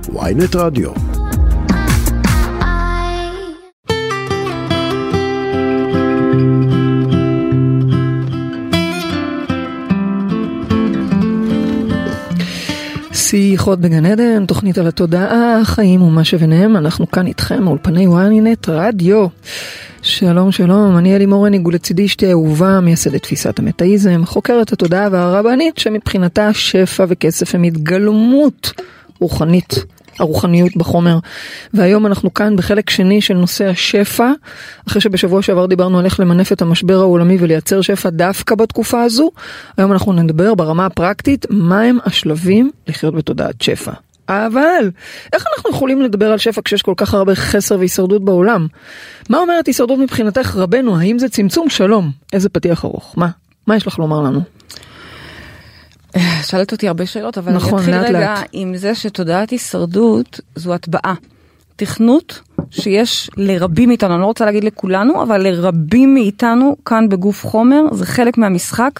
ynet רדיו. שיחות בגן עדן, תוכנית על התודעה, החיים ומה שביניהם. אנחנו כאן איתכם, אולפני ynet רדיו. שלום שלום, אני אלי מורני, לצידי אשתי אהובה, מייסדת תפיסת המטאיזם, חוקרת התודעה והרבנית, שמבחינתה שפע וכסף הם התגלמות רוחנית, הרוחניות בחומר. והיום אנחנו כאן בחלק שני של נושא השפע, אחרי שבשבוע שעבר דיברנו על איך למנף את המשבר העולמי ולייצר שפע דווקא בתקופה הזו. היום אנחנו נדבר ברמה הפרקטית מהם השלבים לחיות בתודעת שפע. אבל איך אנחנו יכולים לדבר על שפע כשיש כל כך הרבה חסר והישרדות בעולם? מה אומרת הישרדות מבחינתך רבנו? האם זה צמצום? שלום, איזה פתיח ארוך. מה יש לך לומר לנו? שאלת אותי הרבה שאלות, אבל נכון, אני אתחיל רגע לאט. עם זה שתודעת הישרדות זו הטבעה. תכנות שיש לרבים מאיתנו, אני לא רוצה להגיד לכולנו, אבל לרבים מאיתנו כאן בגוף חומר, זה חלק מהמשחק.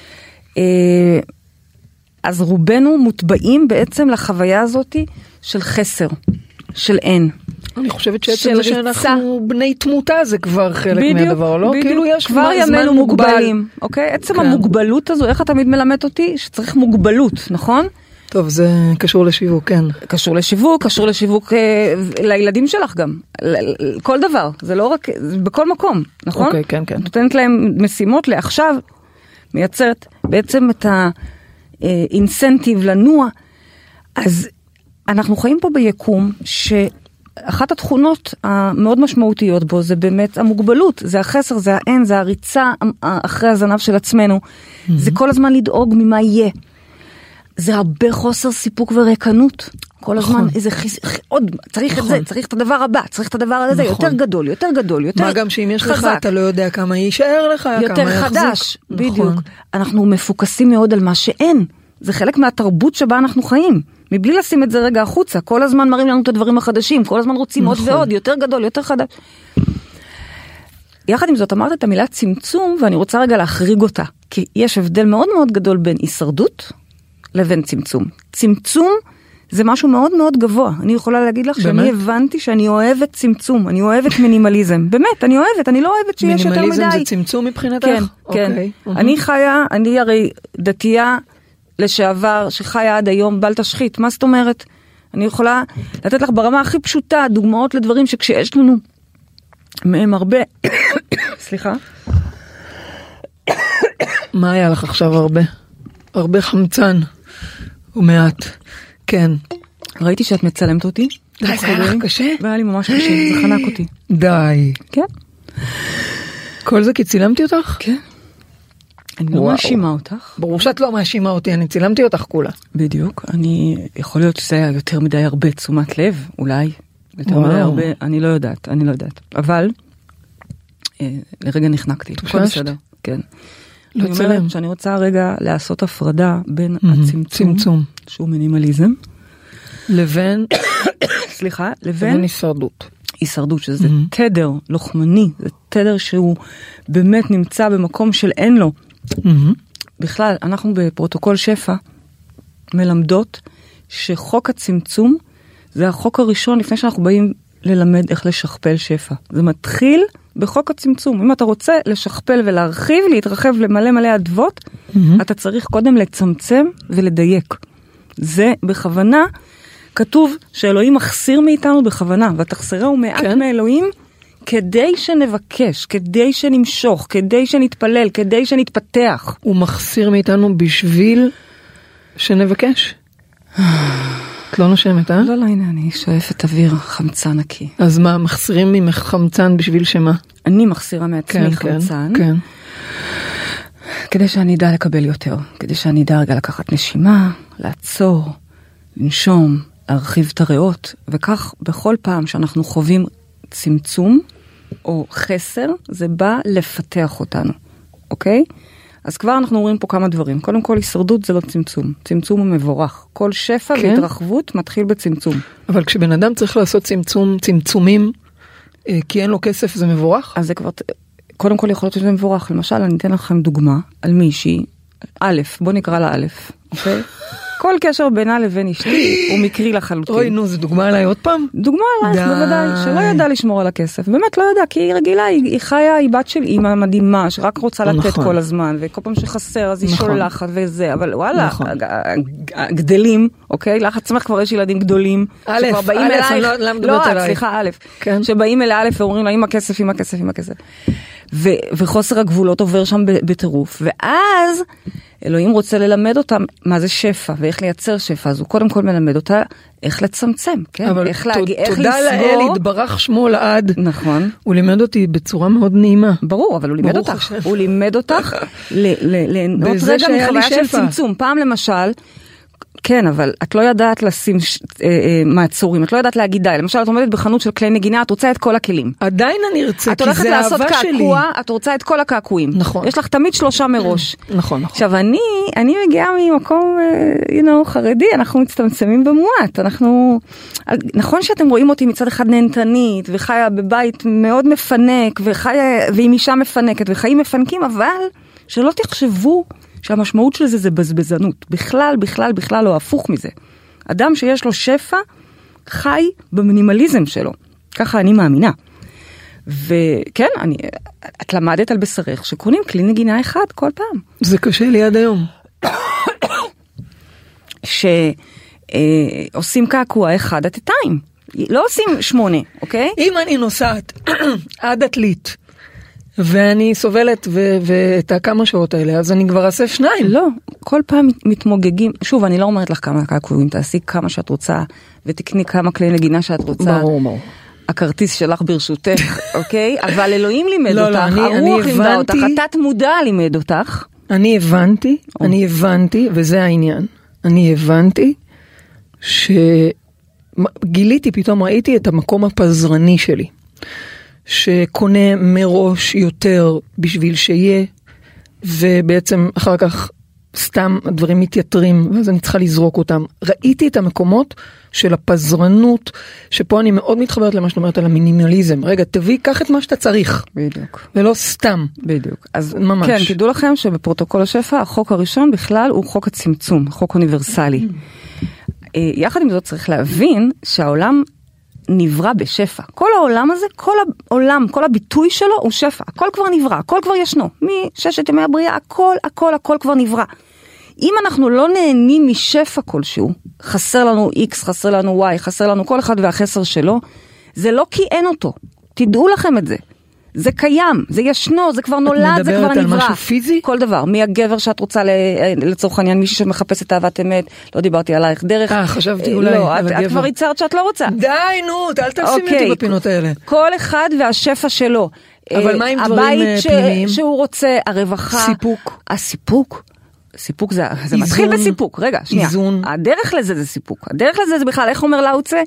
אז רובנו מוטבעים בעצם לחוויה הזאת של חסר, של אין. אני חושבת שעצם זה שאנחנו בני תמותה זה כבר חלק מהדבר, לא? בדיוק, כאילו יש כבר זמן ימינו מוגבל. מוגבלים, אוקיי? עצם כן. המוגבלות הזו, איך אתה תמיד מלמד אותי? שצריך מוגבלות, נכון? טוב, זה קשור לשיווק, כן. קשור לשיווק לילדים שלך גם. כל דבר, זה לא רק, זה בכל מקום, נכון? אוקיי, כן, כן. נותנת להם משימות לעכשיו, מייצרת בעצם את האינסנטיב לנוע. אז אנחנו חיים פה ביקום שאחת התכונות המאוד משמעותיות בו זה באמת המוגבלות, זה החסר, זה האין, זה הריצה אחרי הזנב של עצמנו. זה כל הזמן לדאוג ממה יהיה. זה הרבה חוסר סיפוק ורקנות. כל הזמן איזה עוד, צריך את זה, צריך את הדבר הבא, צריך את הדבר הזה, יותר גדול, יותר גדול, יותר חזק. מה גם שאם יש לך, אתה לא יודע כמה יישאר לך, כמה יותר חדש, בדיוק. אנחנו מפוקסים מאוד על מה שאין. זה חלק מהתרבות שבה אנחנו חיים. מבלי לשים את זה רגע החוצה. כל הזמן מראים לנו את הדברים החדשים, כל הזמן רוצים עוד ועוד, יותר גדול, יותר חדש. יחד עם זאת, אמרת את המילה צמצום, ואני רוצה רגע להחריג אותה. כי יש הבדל מאוד מאוד גדול בין הישרדות לבין צמצום. צמצום זה משהו מאוד מאוד גבוה. אני יכולה להגיד לך שאני הבנתי שאני אוהבת צמצום, אני אוהבת מינימליזם. באמת, אני אוהבת, אני לא אוהבת שיש יותר מדי. מינימליזם זה צמצום מבחינתך? כן, כן. אני הרי דתייה לשעבר שחיה עד היום בל תשחית. מה זאת אומרת? אני יכולה לתת לך ברמה הכי פשוטה דוגמאות לדברים שכשיש לנו מהם הרבה, סליחה. מה היה לך עכשיו הרבה? הרבה חמצן ומעט. כן. ראיתי שאת מצלמת אותי. זה היה לך קשה? והיה לי ממש קשה, זה חנק אותי. די. כן. כל זה כי צילמתי אותך? כן. אני לא מאשימה אותך. ברור שאת לא מאשימה אותי, אני צילמתי אותך כולה. בדיוק. יכול להיות שזה היה יותר מדי הרבה תשומת לב, אולי. יותר מדי הרבה, אני לא יודעת. אבל, לרגע נחנקתי. הכל בסדר. כן. אני אומרת שאני רוצה רגע לעשות הפרדה בין הצמצום, שהוא מינימליזם, לבין, סליחה, לבין הישרדות, שזה תדר לוחמני, זה תדר שהוא באמת נמצא במקום של אין לו. בכלל, אנחנו בפרוטוקול שפע מלמדות שחוק הצמצום זה החוק הראשון לפני שאנחנו באים ללמד איך לשכפל שפע. זה מתחיל בחוק הצמצום. אם אתה רוצה לשכפל ולהרחיב, להתרחב למלא מלא אדוות, אתה צריך קודם לצמצם ולדייק. זה בכוונה, כתוב שאלוהים מחסיר מאיתנו בכוונה, ותחסרהו מעט מאלוהים, כדי שנבקש, כדי שנמשוך, כדי שנתפלל, כדי שנתפתח. הוא מחסיר מאיתנו בשביל שנבקש? את לא נושמת, אה? לא, הנה, אני שואפת אוויר, חמצן נקי. אז מה, מחסירים ממך חמצן בשביל שמה? אני מחסירה מעצמי חמצן. כן. כדי שאני אדע לקבל יותר. כדי שאני אדע רגע לקחת נשימה, לעצור, לנשום, להרחיב את הריאות. וכך, בכל פעם שאנחנו חווים צמצום או חסר, זה בא לפתח אותנו. אוקיי? אז כבר אנחנו רואים פה כמה דברים. קודם כל, הישרדות זה לא צמצום. צמצום הוא מבורך. כל שפע והתרחבות מתחיל בצמצום. אבל כשבן אדם צריך לעשות צמצומים, כי אין לו כסף, זה מבורך? אז זה כבר, קודם כל יכול להיות שזה מבורך. למשל, אני אתן לכם דוגמה על מישהי, א', בוא נקרא לה א', אוקיי? כל קשר בינה לבין אשתי הוא מקרי לחלוטין. אוי, נו, זו דוגמה עליי עוד פעם? דוגמה עלייך, בוודאי, שלא ידע לשמור על הכסף. באמת לא ידע, כי היא רגילה, היא חיה, היא בת של אימא מדהימה, שרק רוצה לתת כל הזמן, וכל פעם שחסר, אז היא שולחת וזה, אבל וואלה, גדלים, אוקיי? לך עצמך כבר יש ילדים גדולים, שכבר באים אלייך, לא, סליחה, א', שבאים אל א' ואומרים לה, עם הכסף, עם הכסף, עם הכסף. וחוסר הגבולות עובר שם בטירוף, ואז אלוהים רוצה ללמד אותם מה זה שפע, ואיך לייצר שפע, אז הוא קודם כל מלמד אותה איך לצמצם, כן? אבל איך להגיע, איך תודה לאל, התברך שמו לעד. נכון. הוא לימד אותי בצורה מאוד נעימה. ברור, אבל הוא לימד אותך. הוא לימד אותך ליהנות רגע מחוויה של צמצום. פעם למשל, כן, אבל את לא יודעת לשים מעצורים, את לא יודעת להגיד די. למשל, את עומדת בחנות של כלי נגינה, את רוצה את כל הכלים. עדיין אני ארצה, כי זה אהבה שלי. את הולכת לעשות קעקוע, את רוצה את כל הקעקועים. נכון. יש לך תמיד 3 מראש. נכון. עכשיו, אני מגיעה ממקום, חרדי, אנחנו מצטמצמים במועט. נכון שאתם רואים אותי מצד אחד נהנתנית, וחיה בבית מאוד מפנק, ועם אישה מפנקת, וחיים מפנקים, אבל שלא תחשבו שהמשמעות של זה בזבזנות. בכלל לא הפוך מזה. אדם שיש לו שפע, חי במינימליזם שלו. ככה אני מאמינה. וכן, את למדת על בשרך שקונים כלי נגינה אחד כל פעם. זה קשה לי עד היום. שעושים קעקוע אחד at a time. לא עושים 8, אוקיי? אם אני נוסעת עד עתלית, ואני סובלת ואת הכמה שעות האלה, אז אני כבר אעשה 2. לא, כל פעם מתמוגגים. שוב, אני לא אומרת לך כמה קעקועים, תעשי כמה שאת רוצה, ותקני כמה כלי נגינה שאת רוצה. ברור. הכרטיס שלך ברשותך, אוקיי? אבל אלוהים לימד אותך, הרוח לימדה אותך, התת מודע לימד אותך. אני הבנתי, וזה העניין. אני הבנתי שגיליתי, פתאום ראיתי את המקום הפזרני שלי. שקונה מראש יותר בשביל שיהיה, ובעצם אחר כך סתם הדברים מתייתרים, ואז אני צריכה לזרוק אותם. ראיתי את המקומות של הפזרנות, שפה אני מאוד מתחברת למה שאת אומרת על המינימליזם. רגע, תביא, קח את מה שאתה צריך. בדיוק. ולא סתם. בדיוק. אז ממש. כן, תדעו לכם שבפרוטוקול השפע, החוק הראשון בכלל הוא חוק הצמצום, חוק אוניברסלי. יחד עם זאת צריך להבין שהעולם נברא בשפע. כל העולם הזה, כל העולם, כל הביטוי שלו הוא שפע. הכל כבר נברא, הכל כבר ישנו. מששת ימי הבריאה, הכל כבר נברא. אם אנחנו לא נהנים משפע כלשהו, חסר לנו X, חסר לנו Y, חסר לנו כל אחד והחסר שלו, זה לא כי אין אותו. תדעו לכם את זה. זה קיים, זה ישנו, זה כבר נולד, זה כבר נברא. את מדברת על משהו פיזי? כל דבר. מי הגבר שאת רוצה לצורך העניין, מישהו שמחפש את אהבת אמת, לא דיברתי עלייך, דרך... חשבתי אולי על הגבר. את כבר יצרת שאת לא רוצה. די, נו, אל תשימי אותי בפינות האלה. כל אחד והשפע שלו. אבל מה עם דברים פנימיים? הבית שהוא רוצה, הרווחה. סיפוק. סיפוק זה מתחיל בסיפוק. רגע, שנייה. איזון. הדרך לזה זה סיפוק. הדרך לזה זה בכלל, איך אומר לאוצה?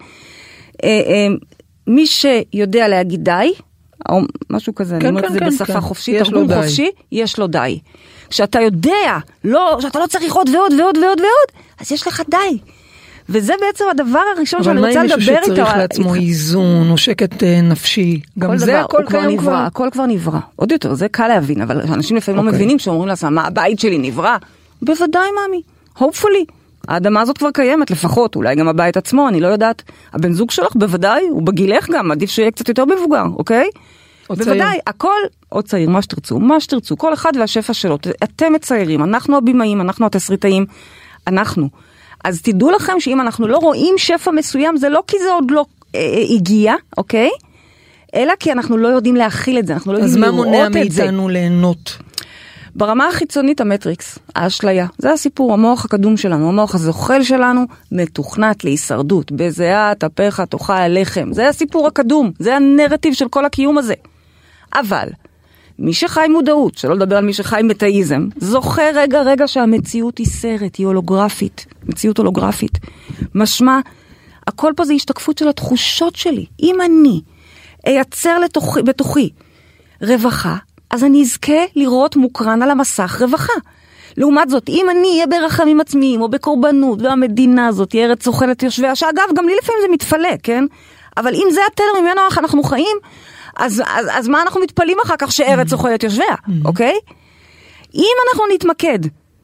מי שיודע להגיד די, או משהו כזה, אני אומרת את זה בשפה חופשית, תרגום חופשי, יש לו די. כשאתה יודע, שאתה לא צריך עוד ועוד ועוד ועוד ועוד, אז יש לך די. וזה בעצם הדבר הראשון שאני רוצה לדבר איתו. אבל מה עם מישהו שצריך לעצמו איזון, או שקט נפשי? גם זה הכל קיים כבר. הכל כבר נברא. עוד יותר, זה קל להבין, אבל אנשים לפעמים לא מבינים שאומרים לעצמם, מה הבית שלי נברא? בוודאי, מאמי. hopefully. האדמה הזאת כבר קיימת, לפחות, אולי גם הבית עצמו, אני לא יודעת. הבן זוג שלך בוודאי, הוא בגילך גם, עדיף שיהיה קצת יותר מבוגר, אוקיי? בוודאי, הכל, עוד צעיר, מה שתרצו, כל אחד והשפע שלו, אתם מציירים, אנחנו הבימאים, אנחנו התסריטאים, אנחנו. אז תדעו לכם שאם אנחנו לא רואים שפע מסוים, זה לא כי זה עוד לא הגיע, אוקיי? אלא כי אנחנו לא יודעים להכיל את זה, אנחנו לא יודעים לראות את זה. אז מה מונע מאיתנו ליהנות? ברמה החיצונית המטריקס, האשליה, זה הסיפור, המוח הקדום שלנו, המוח הזוחל שלנו, מתוכנת להישרדות, בזיעה, תפך, תאכל, לחם, זה הסיפור הקדום, זה הנרטיב של כל הקיום הזה. אבל, מי שחי מודעות, שלא לדבר על מי שחי מטאיזם, זוכר רגע שהמציאות היא סרט, היא הולוגרפית, מציאות הולוגרפית. משמע, הכל פה זה השתקפות של התחושות שלי. אם אני אייצר בתוכי רווחה, אז אני אזכה לראות מוקרן על המסך רווחה. לעומת זאת, אם אני אהיה ברחמים עצמיים או בקורבנות, והמדינה הזאת היא ארץ זוחלת יושביה, שאגב, גם לי לפעמים זה מתפלא, כן? אבל אם זה התדר ממנו אנחנו חיים, אז מה אנחנו מתפלים אחר כך שארץ זוחלת יושביה, אוקיי? אם אנחנו נתמקד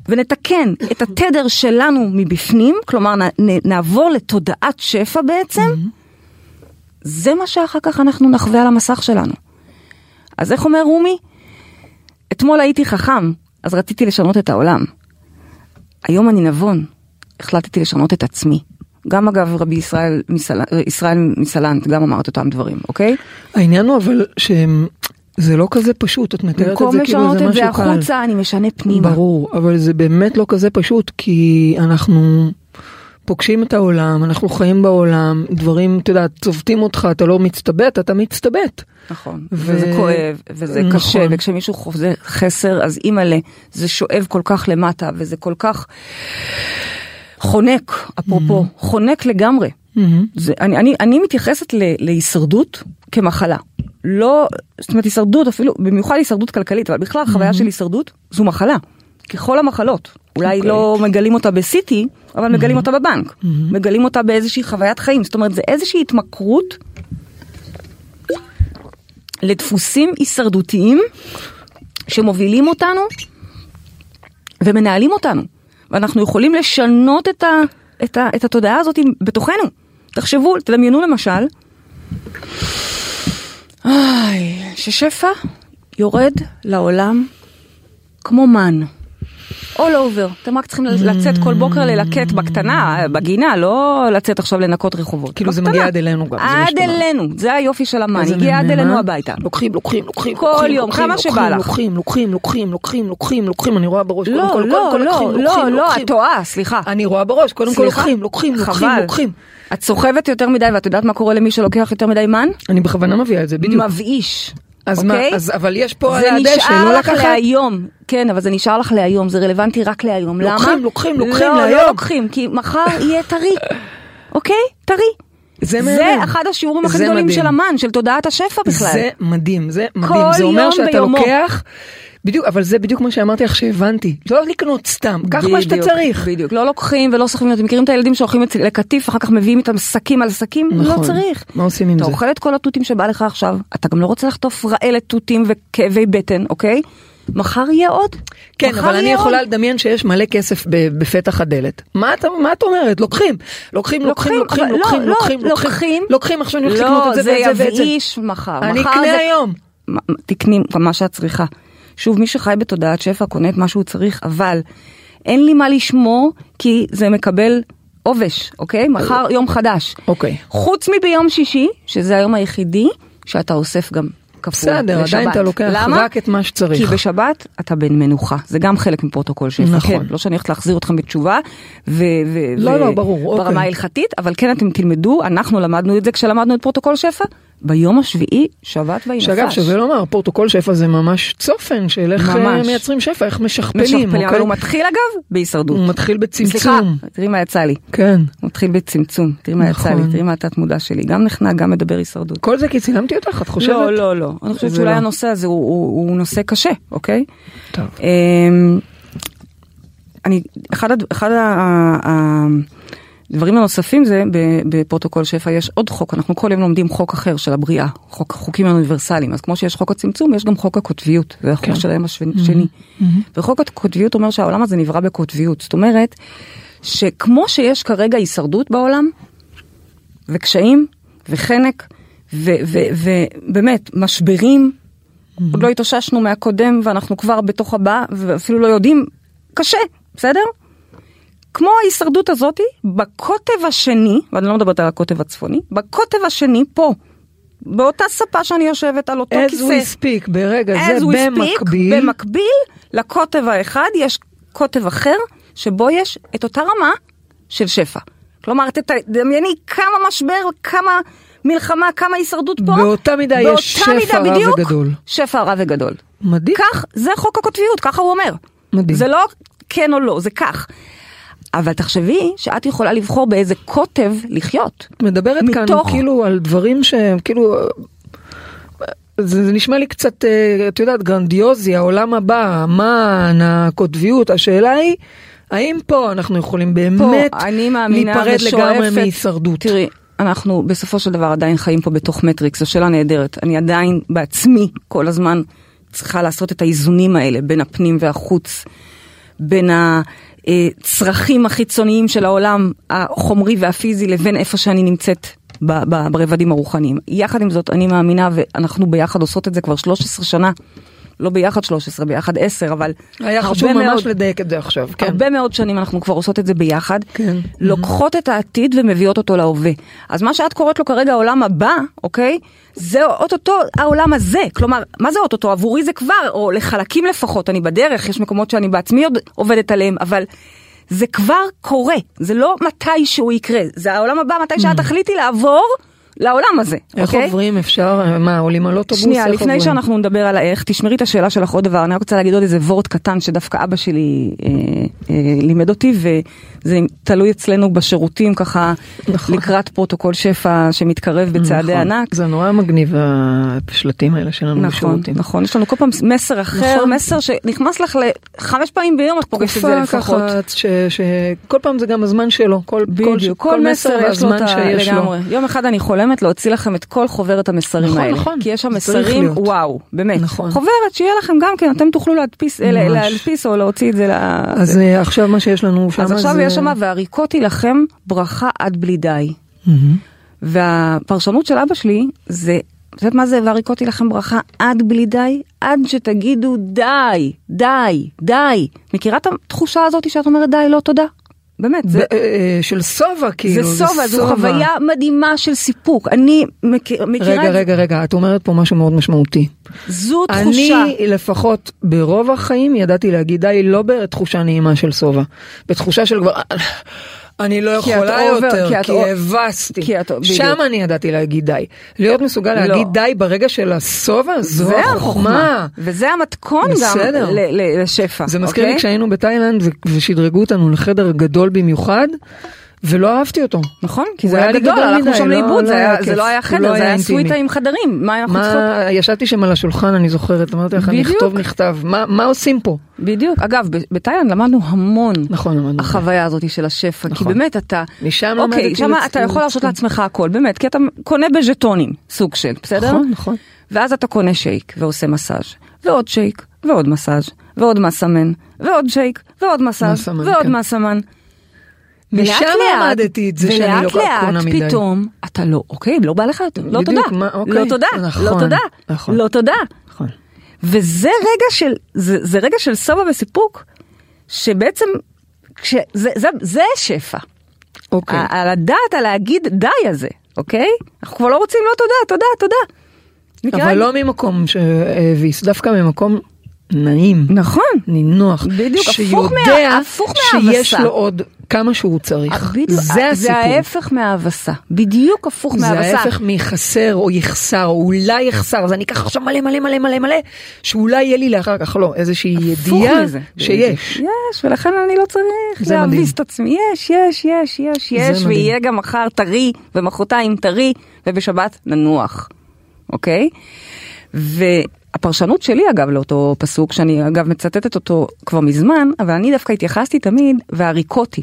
ונתקן את התדר שלנו מבפנים, כלומר נעבור לתודעת שפע בעצם, זה מה שאחר כך אנחנו נחווה על המסך שלנו. אז איך אומר רומי? אתמול הייתי חכם, אז רציתי לשנות את העולם. היום אני נבון, החלטתי לשנות את עצמי. גם אגב רבי ישראל מסלנט, גם אמרת אותם דברים, אוקיי? העניין הוא אבל שזה לא כזה פשוט, את מתארת את זה כאילו זה משהו קל. במקום לשנות את זה החוצה, אני משנה פנימה. ברור, אבל זה באמת לא כזה פשוט, כי אנחנו פוגשים את העולם, אנחנו חיים בעולם, דברים, אתה יודע, צובטים אותך, אתה לא מצטבט, אתה מצטבט. נכון, וזה כואב, וזה קשה, וכשמישהו חווה חסר, אז אימא'לה, זה שואב כל כך למטה, וזה כל כך חונק, אפרופו, חונק לגמרי. אני מתייחסת להישרדות כמחלה. לא, זאת אומרת, הישרדות אפילו, במיוחד הישרדות כלכלית, אבל בכלל חוויה של הישרדות זו מחלה. ככל המחלות. אולי לא מגלים אותה בסיטי, אבל מגלים אותה בבנק. מגלים אותה באיזושהי חוויית חיים. זאת אומרת, זה איזושהי התמכרות לדפוסים הישרדותיים שמובילים אותנו ומנהלים אותנו. ואנחנו יכולים לשנות את התודעה הזאת בתוכנו. תחשבו, תדמיינו למשל, ששפע יורד לעולם כמו מן. all over. אתם רק צריכים לצאת כל בוקר ללקט בקטנה, בגינה, לא לצאת עכשיו לנקות רחובות. כאילו זה מגיע עד אלינו גם. עד אלינו, זה היופי של המן, הגיע עד אלינו הביתה. לוקחים. כל יום, כמה שבא לך. לוקחים, אני רואה בראש. לא, את טועה, סליחה. אני רואה בראש, קודם כל לוקחים. את סוחבת יותר מדי, ואת יודעת מה קורה למי שלוקח יותר מדי מן? אני בכוונה מביאה את זה, בדיוק. מבאיש. אז מה, אבל יש פה על הדשא, לא לקחת? להיום, כן, אבל זה נשאר לך להיום, זה רלוונטי רק להיום. למה? לוקחים להיום. לא לוקחים, כי מחר יהיה טרי. אוקיי? טרי. זה אחד השיעורים הכי גדולים של המן, של תודעת השפע בכלל. זה מדהים. זה אומר שאתה לוקח, בדיוק, אבל זה בדיוק מה שאמרתי לך שהבנתי. לא לקנות סתם, קח מה שאתה צריך. בדיוק, לא לוקחים ולא סוחבים. אתם מכירים את הילדים שהולכים לקטיף, אחר כך מביאים איתם שקים על שקים? לא צריך. מה עושים עם זה? אתה אוכל את כל התותים שבא לך עכשיו, אתה גם לא רוצה לחטוף רעלת תותים וכאבי בטן, אוקיי? מחר יהיה עוד. כן, אבל אני יכולה לדמיין שיש מלא כסף בפתח הדלת. מה את אומרת? לוקחים, עכשיו אני הולך לקנות את זה ואת זה. זה יבאיש מחר. אני אקנה היום. תקנים מה שאת צריכה. שוב, מי שחי בתודעת שפע קונה את מה שהוא צריך, אבל אין לי מה לשמור, כי זה מקבל עובש, אוקיי? מחר יום חדש. אוקיי. חוץ מביום שישי, שזה היום היחידי, שאתה אוסף גם כפול. בסדר, עדיין אתה לוקח רק את מה שצריך. כי בשבת אתה בן מנוחה. זה גם חלק מפרוטוקול שפע. נכון. לא שאני הולכת להחזיר אתכם בתשובה, לא, ברור. ברמה ההלכתית, אבל כן אתם תלמדו, אנחנו למדנו את זה כשלמדנו את פרוטוקול שפע. ביום השביעי, שבת וינחש. שאגב, שווה לומר, פרוטוקול שפע זה ממש צופן, של איך מייצרים שפע, איך משכפלים. אבל הוא מתחיל אגב בהישרדות. הוא מתחיל בצמצום. סליחה, תראי מה יצא לי. כן. הוא מתחיל בצמצום, תראי מה יצא לי, תראי מה התת מודע שלי. גם נחנק, גם מדבר הישרדות. כל זה כי צילמתי אותך, את חושבת? לא. אני חושבת שאולי הנושא הזה הוא נושא קשה, אוקיי? טוב. אחד הדברים הנוספים זה, בפרוטוקול שפע יש עוד חוק, אנחנו כל יום לומדים חוק אחר של הבריאה, חוקים אוניברסליים, אז כמו שיש חוק הצמצום, יש גם חוק הקוטביות, זה החוק שלהם השני. וחוק הקוטביות אומר שהעולם הזה נברא בקוטביות, זאת אומרת, שכמו שיש כרגע הישרדות בעולם, וקשיים, וחנק, ובאמת, משברים, עוד לא התאוששנו מהקודם, ואנחנו כבר בתוך הבא, ואפילו לא יודעים, קשה, בסדר? כמו ההישרדות הזאת, בקוטב השני, ואני לא מדברת על הקוטב הצפוני, בקוטב השני פה, באותה ספה שאני יושבת על אותו כיסא. as we speak, ברגע זה במקביל לקוטב האחד, יש קוטב אחר, שבו יש את אותה רמה של שפע. כלומר, תדמייני כמה משבר, כמה מלחמה, כמה הישרדות פה. באותה מידה יש שפע רע וגדול. שפע רע וגדול. מדהים. כך, זה חוק הקוטביות, ככה הוא אומר. מדהים. זה לא כן או לא, זה כך. אבל תחשבי שאת יכולה לבחור באיזה קוטב לחיות. את מדברת כאן כאילו על דברים שכאילו, זה נשמע לי קצת, את יודעת, גרנדיוזי, העולם הבא, המן, הקוטביות, השאלה היא, האם פה אנחנו יכולים באמת להיפרד לגמרי מהישרדות? תראי, אנחנו בסופו של דבר עדיין חיים פה בתוך מטריקס, זו שאלה נהדרת. אני עדיין בעצמי כל הזמן צריכה לעשות את האיזונים האלה בין הפנים והחוץ. בין הצרכים החיצוניים של העולם החומרי והפיזי לבין איפה שאני נמצאת ברבדים הרוחניים. יחד עם זאת, אני מאמינה, ואנחנו ביחד עושות את זה כבר 13 שנה, לא ביחד 13, ביחד 10, אבל היה חשוב ממש לדייק את זה עכשיו. כן. הרבה מאוד שנים אנחנו כבר עושות את זה ביחד, כן. לוקחות את העתיד ומביאות אותו להווה. אז מה שאת קוראת לו כרגע העולם הבא, אוקיי? זה אוטוטו העולם הזה. כלומר, מה זה אוטוטו? עבורי זה כבר, או לחלקים לפחות, אני בדרך, יש מקומות שאני בעצמי עוד עובדת עליהם, אבל זה כבר קורה. זה לא מתי שהוא יקרה. זה העולם הבא, מתי שאת תחליטי לעבור לעולם הזה. איך עוברים? אפשר? מה, עולים על אוטובוס? שנייה, לפני שאנחנו נדבר על האיך, תשמרי את השאלה שלך עוד דבר. אני רוצה להגיד עוד איזה וורט קטן שדווקא אבא שלי לימד אותי, וזה תלוי אצלנו בשירותים ככה, לקראת פרוטוקול שפע שמתקרב בצעדי ענק. זה נורא מגניב השלטים האלה שלנו בשירותים. נכון, יש לנו כל פעם מסר אחר, מסר שנכנס לך 5 פעמים ביום, את פוגשת את זה לפחות. כל פעם זה גם הזמן שלו. כל מסר והזמן שיש לו. יום אחד אני חולמת להוציא לכם את כל חוברת המסרים האלה. נכון. כי יש שם מסרים, וואו, באמת. נכון. חוברת שיהיה לכם גם כן, אתם תוכלו להדפיס או להוציא את זה. אז עכשיו מה שיש לנו שם. אז עכשיו יש שם, והריקותי לכם ברכה עד בלי די. והפרשנות של אבא שלי זה, את יודעת מה זה, והריקותי לכם ברכה עד בלי די? עד שתגידו די, די, די. מכירה את התחושה הזאת שאת אומרת די, לא תודה? באמת. של סובה, כאילו. זה סובה, זו חוויה מדהימה של סיפוק. אני מכירה... רגע, את אומרת פה משהו מאוד משמעותי. זו תחושה. אני לפחות ברוב החיים ידעתי להגיד די, לא בתחושה נעימה של סובה. בתחושה של כבר... אני לא יכולה יותר, כי הבסתי. שם אני ידעתי להגיד די. להיות מסוגל להגיד די ברגע של הסובה, זו החוכמה. וזה המתכון גם לשפע. זה מזכיר לי כשהיינו בתאילנד ושדרגו אותנו לחדר גדול במיוחד, ולא אהבתי אותו. נכון, כי זה היה גדול, הלכנו שם לאיבוד, זה לא היה חדר, זה היה סוויטה עם חדרים. ישבתי שם על השולחן, אני זוכרת, אמרתי לך, אני אכתוב מכתב, מה עושים פה? בדיוק. אגב, בתאילנד למדנו המון החוויה הזאת של השפע, כי באמת אתה... אוקיי, שם אתה יכול להרשות לעצמך הכל, באמת, כי אתה קונה בז'טונים, סוג של, בסדר? נכון. ואז אתה קונה שייק ועושה מסאז' ועוד שייק ועוד מסאז' ועוד מסמן ועוד שייק ועוד מסאז' ועוד מסמן. משם למדתי את זה שאני לא קונה מדי. ולאט לאט פתאום אתה לא, אוקיי, לא בא לך, לא תודה, לא תודה, לא תודה, לא תודה. וזה רגע של סובה וסיפוק, שבעצם, זה שפע. על הדעת, על להגיד די הזה, אוקיי? אנחנו כבר לא רוצים לא תודה, תודה, תודה. אבל לא ממקום שהביס, דווקא ממקום נעים. נכון. נינוח. בדיוק, שיודע שיש לו עוד כמה שהוא צריך. זה הסיפור. זה ההפך מהאבסה. בדיוק הפוך מהאבסה. זה ההפך מחסר או יחסר, או אולי יחסר. אז אני אקח עכשיו מלא מלא מלא מלא מלא, שאולי יהיה לי לאחר כך לא. איזושהי ידיעה שיש. יש, ולכן אני לא צריך להביס את עצמי. יש, ויהיה גם מחר טרי, ומחרתיים טרי, ובשבת ננוח. אוקיי? הפרשנות שלי אגב לאותו פסוק, שאני אגב מצטטת אותו כבר מזמן, אבל אני דווקא התייחסתי תמיד, והריקותי,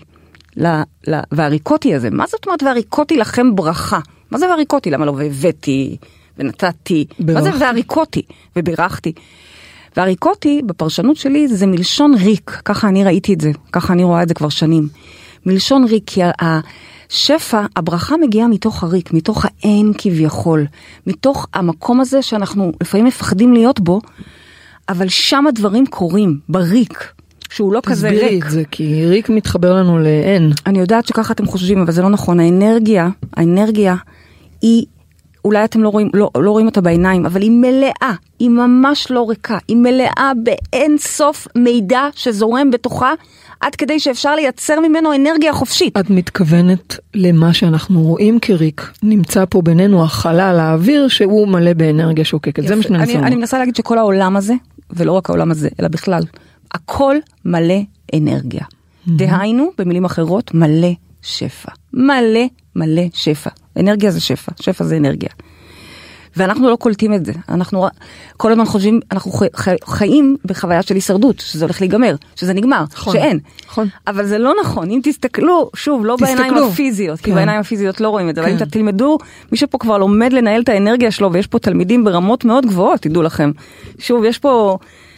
והריקותי הזה, מה זאת אומרת והריקותי לכם ברכה? מה זה והריקותי? למה לא והבאתי ונתתי? מה זה והריקותי? וברכתי. והריקותי בפרשנות שלי זה מלשון ריק, ככה אני ראיתי את זה, ככה אני רואה את זה כבר שנים. מלשון ריק, כי השפע, הברכה מגיעה מתוך הריק, מתוך האין כביכול, מתוך המקום הזה שאנחנו לפעמים מפחדים להיות בו, אבל שם הדברים קורים, בריק, שהוא לא כזה ריק. תסבירי את זה, כי ריק מתחבר לנו לאין. אני יודעת שככה אתם חושבים, אבל זה לא נכון. האנרגיה היא, אולי אתם לא רואים אותה בעיניים, אבל היא מלאה, היא ממש לא ריקה, היא מלאה באין סוף מידע שזורם בתוכה, עד כדי שאפשר לייצר ממנו אנרגיה חופשית. את מתכוונת למה שאנחנו רואים כריק, נמצא פה בינינו החלל, האוויר, שהוא מלא באנרגיה שוקקת. זה מה שאני מנסה. אני מנסה להגיד שכל העולם הזה, ולא רק העולם הזה, אלא בכלל, הכל מלא אנרגיה. דהיינו, במילים אחרות, מלא שפע. מלא שפע. אנרגיה זה שפע, שפע זה אנרגיה. ואנחנו לא קולטים את זה. אנחנו כל הזמן חושבים, אנחנו חיים בחוויה של הישרדות, שזה הולך להיגמר, שזה נגמר, שאין. אבל זה לא נכון. אם תסתכלו, שוב, לא בעיניים הפיזיות, כי בעיניים הפיזיות לא רואים את זה, אבל אם תלמדו, מי שפה כבר לומד לנהל את האנרגיה שלו, ויש פה תלמידים ברמות מאוד גבוהות, תדעו לכם. שוב, יש פה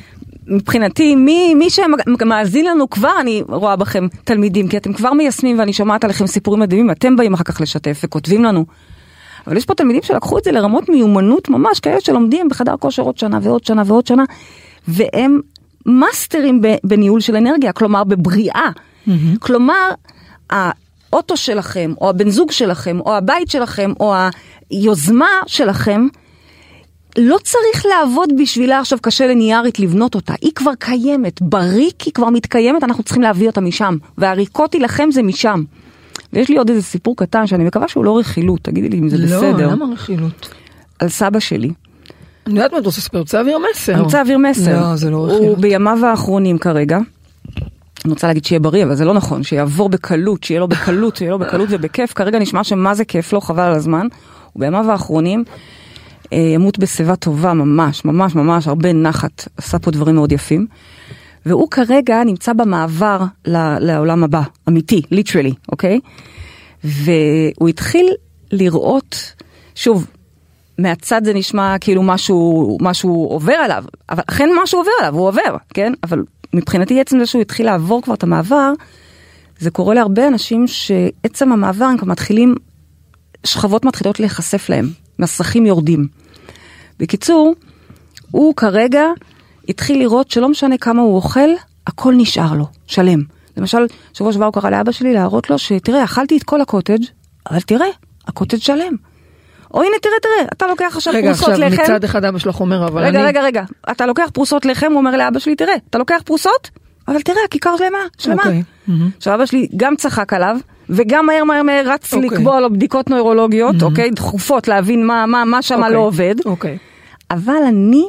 מבחינתי, מי שמאזין לנו כבר, אני רואה בכם תלמידים, כי אתם כבר מיישמים ואני שומעת עליכם סיפורים מדהימים, אתם באים אחר כך לשתף וכותבים לנו. אבל יש פה תלמידים שלקחו את זה לרמות מיומנות ממש, כאלה שלומדים בחדר כושר עוד שנה ועוד שנה ועוד שנה, והם מאסטרים בניהול של אנרגיה, כלומר בבריאה. כלומר, האוטו שלכם, או הבן זוג שלכם, או הבית שלכם, או היוזמה שלכם, לא צריך לעבוד בשבילה עכשיו קשה לניירית לבנות אותה. היא כבר קיימת, בריק היא כבר מתקיימת, אנחנו צריכים להביא אותה משם. והריקותי לכם זה משם. ויש לי עוד איזה סיפור קטן שאני מקווה שהוא לא רכילות, תגידי לי אם זה בסדר. לא, למה רכילות? על סבא שלי. אני יודעת מה אתה רוצה לספר, רוצה להעביר מסר. אני רוצה להעביר מסר. לא, זה לא רכילות. הוא בימיו האחרונים כרגע, אני רוצה להגיד שיהיה בריא, אבל זה לא נכון, שיעבור בקלות, שיהיה לו בקלות, שיהיה לו בקלות ובכיף, כרגע נשמע שמה זה כיף לו, חבל על הזמן. ובימיו האחרונים, ימות בשיבה טובה, ממש, ממש, ממש, הרבה נחת, עשה פה דברים מאוד יפים. והוא כרגע נמצא במעבר לעולם הבא, אמיתי, literally, אוקיי? והוא התחיל לראות, שוב, מהצד זה נשמע כאילו משהו עובר עליו, אבל אכן משהו עובר עליו, הוא עובר, כן? אבל מבחינתי עצם זה שהוא התחיל לעבור כבר את המעבר, זה קורה להרבה אנשים שעצם המעבר הם מתחילים, שכבות מתחילות להיחשף להם, מסכים יורדים. בקיצור, הוא כרגע התחיל לראות שלא משנה כמה הוא אוכל, הכל נשאר לו, שלם. למשל, שבוע שבוע הוא קרא לאבא שלי להראות לו שתראה, אכלתי את כל הקוטג', אבל תראה, הקוטג' שלם. או הנה, תראה, אתה לוקח עכשיו פרוסות לחם. רגע, עכשיו מצד אחד אבא שלך אומר, אבל רגע, אתה לוקח פרוסות לחם, הוא אומר לאבא שלי, תראה, אתה לוקח פרוסות, אבל תראה, הכיכר שלמה. עכשיו אבא שלי גם צחק עליו, וגם מהר רץ לקבוע לו בדיקות נוירולוגיות, אוקיי, דחופות להבין מה שמה לא עובד. אבל אני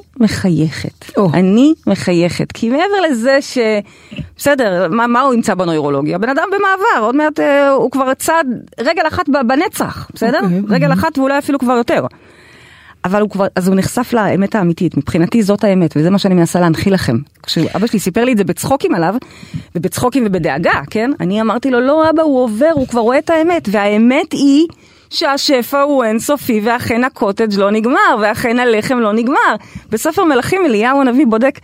מחייכת, כי מעבר לזה בסדר, מה הוא ימצא בנוירולוגיה? בן אדם במעבר, עוד מעט הוא כבר צעד רגל אחת בנצח, בסדר? רגל אחת ואולי אפילו כבר יותר. אבל אז הוא נחשף לאמת האמיתית, מבחינתי זאת האמת, וזה מה שאני מנסה להנחיל לכם. כשאבא שלי סיפר לי את זה בצחוקים עליו, ובצחוקים ובדאגה, כן? אני אמרתי לו, לא אבא, הוא עובר, הוא כבר רואה את האמת, והאמת היא שהשפע הוא אינסופי, ואכן הקוטג' לא נגמר, ואכן הלחם לא נגמר. בספר מלכים אליהו הנביא בודק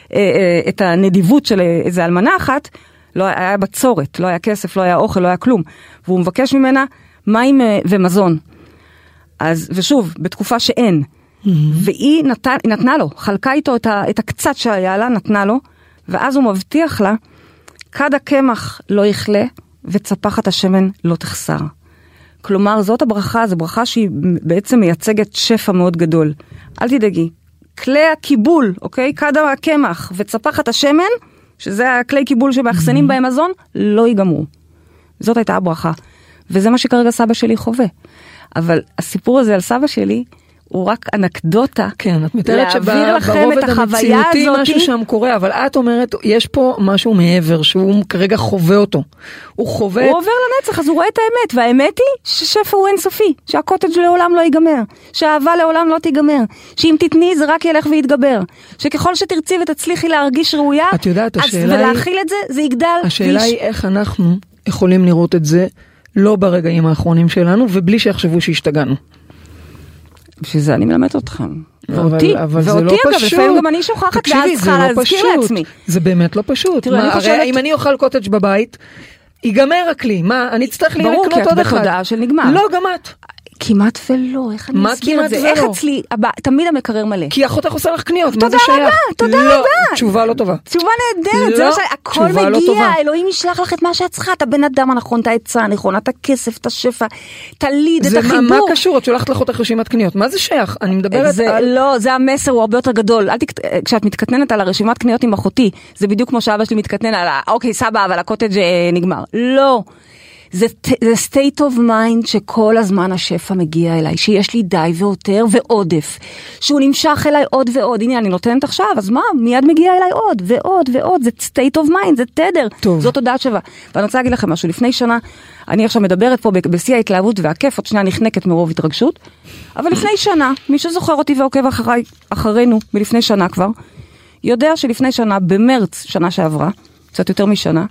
את הנדיבות של איזה אלמנה אחת, לא היה בצורת, לא היה כסף, לא היה אוכל, לא היה כלום. והוא מבקש ממנה מים ומזון. אז, ושוב, בתקופה שאין. והיא נתנה לו, חלקה איתו את הקצת שהיה לה, נתנה לו, ואז הוא מבטיח לה, כד הקמח לא יכלה, וצפחת השמן לא תחסר. כלומר, זאת הברכה, זו ברכה שהיא בעצם מייצגת שפע מאוד גדול. אל תדאגי. כלי הקיבול, אוקיי? כד הקמח וצפחת השמן, שזה הכלי קיבול שמאחסנים בהם מזון, לא ייגמרו. זאת הייתה הברכה. וזה מה שכרגע סבא שלי חווה. אבל הסיפור הזה על סבא שלי, הוא רק אנקדוטה. כן, את מתארת שברובד המציאותי משהו שם קורה, אבל את אומרת, יש פה משהו מעבר, שהוא כרגע חווה אותו. הוא עובר לנצח, אז הוא רואה את האמת, והאמת היא ששפע הוא אינסופי, שהקוטג' לעולם לא ייגמר, שהאהבה לעולם לא תיגמר, שאם תתני זה רק ילך ויתגבר, שככל שתרצי ותצליחי להרגיש ראויה, את יודעת, השאלה היא, ולהכיל את זה, זה יגדל. השאלה היא איך אנחנו יכולים לראות את זה, לא ברגעים האחרונים שלנו, ובלי שיחשבו שהשתגענו. בשביל זה אני מלמד אתכם. ואותי אגב, לפעמים גם אני שוכחת, ואז צריכה להזכיר לעצמי. זה באמת לא פשוט. הרי אם אני אוכל קוטג' בבית, ייגמר הכלי. מה, אני צריך לקנות עוד אחד. ברור, כי את בתודעה של נגמר. לא, גם את. כמעט ולא, איך אני אסביר את זה? איך אצלי, תמיד המקרר מלא. כי אחותך עושה לך קניות, מה זה שייך? תודה רבה. תשובה לא טובה. תשובה נהדרת, הכל מגיע, אלוהים ישלח לך את מה שאת צריכה, את הבן אדם הנכון, את העצה הנכונה, את הכסף, את השפע, את הליד, את החיבור. מה קשור? את שולחת לאחותך רשימת קניות, מה זה שייך? אני מדברת על... לא, זה המסר, הוא הרבה יותר גדול. כשאת מתקטננת על הרשימת קניות עם אחותי, זה בדיוק כמו שאבא שלי מתקטנן על אוקיי, סבא, אבל הקוטג' נגמר. לא. זה state of mind שכל הזמן השפע מגיע אליי, שיש לי די ויותר ועודף, שהוא נמשך אליי עוד ועוד. הנה, אני נותנת עכשיו, אז מה? מיד מגיע אליי עוד ועוד ועוד. זה state of mind, זה תדר. זאת תודעת שווה. ואני רוצה להגיד לכם משהו. לפני שנה, אני עכשיו מדברת פה בשיא ההתלהבות והכיף, עוד שנייה נחנקת מרוב התרגשות. אבל לפני שנה, מי שזוכר אותי ועוקב אחרינו מלפני שנה כבר, יודע שלפני שנה, במרץ שנה שעברה, קצת יותר משנה,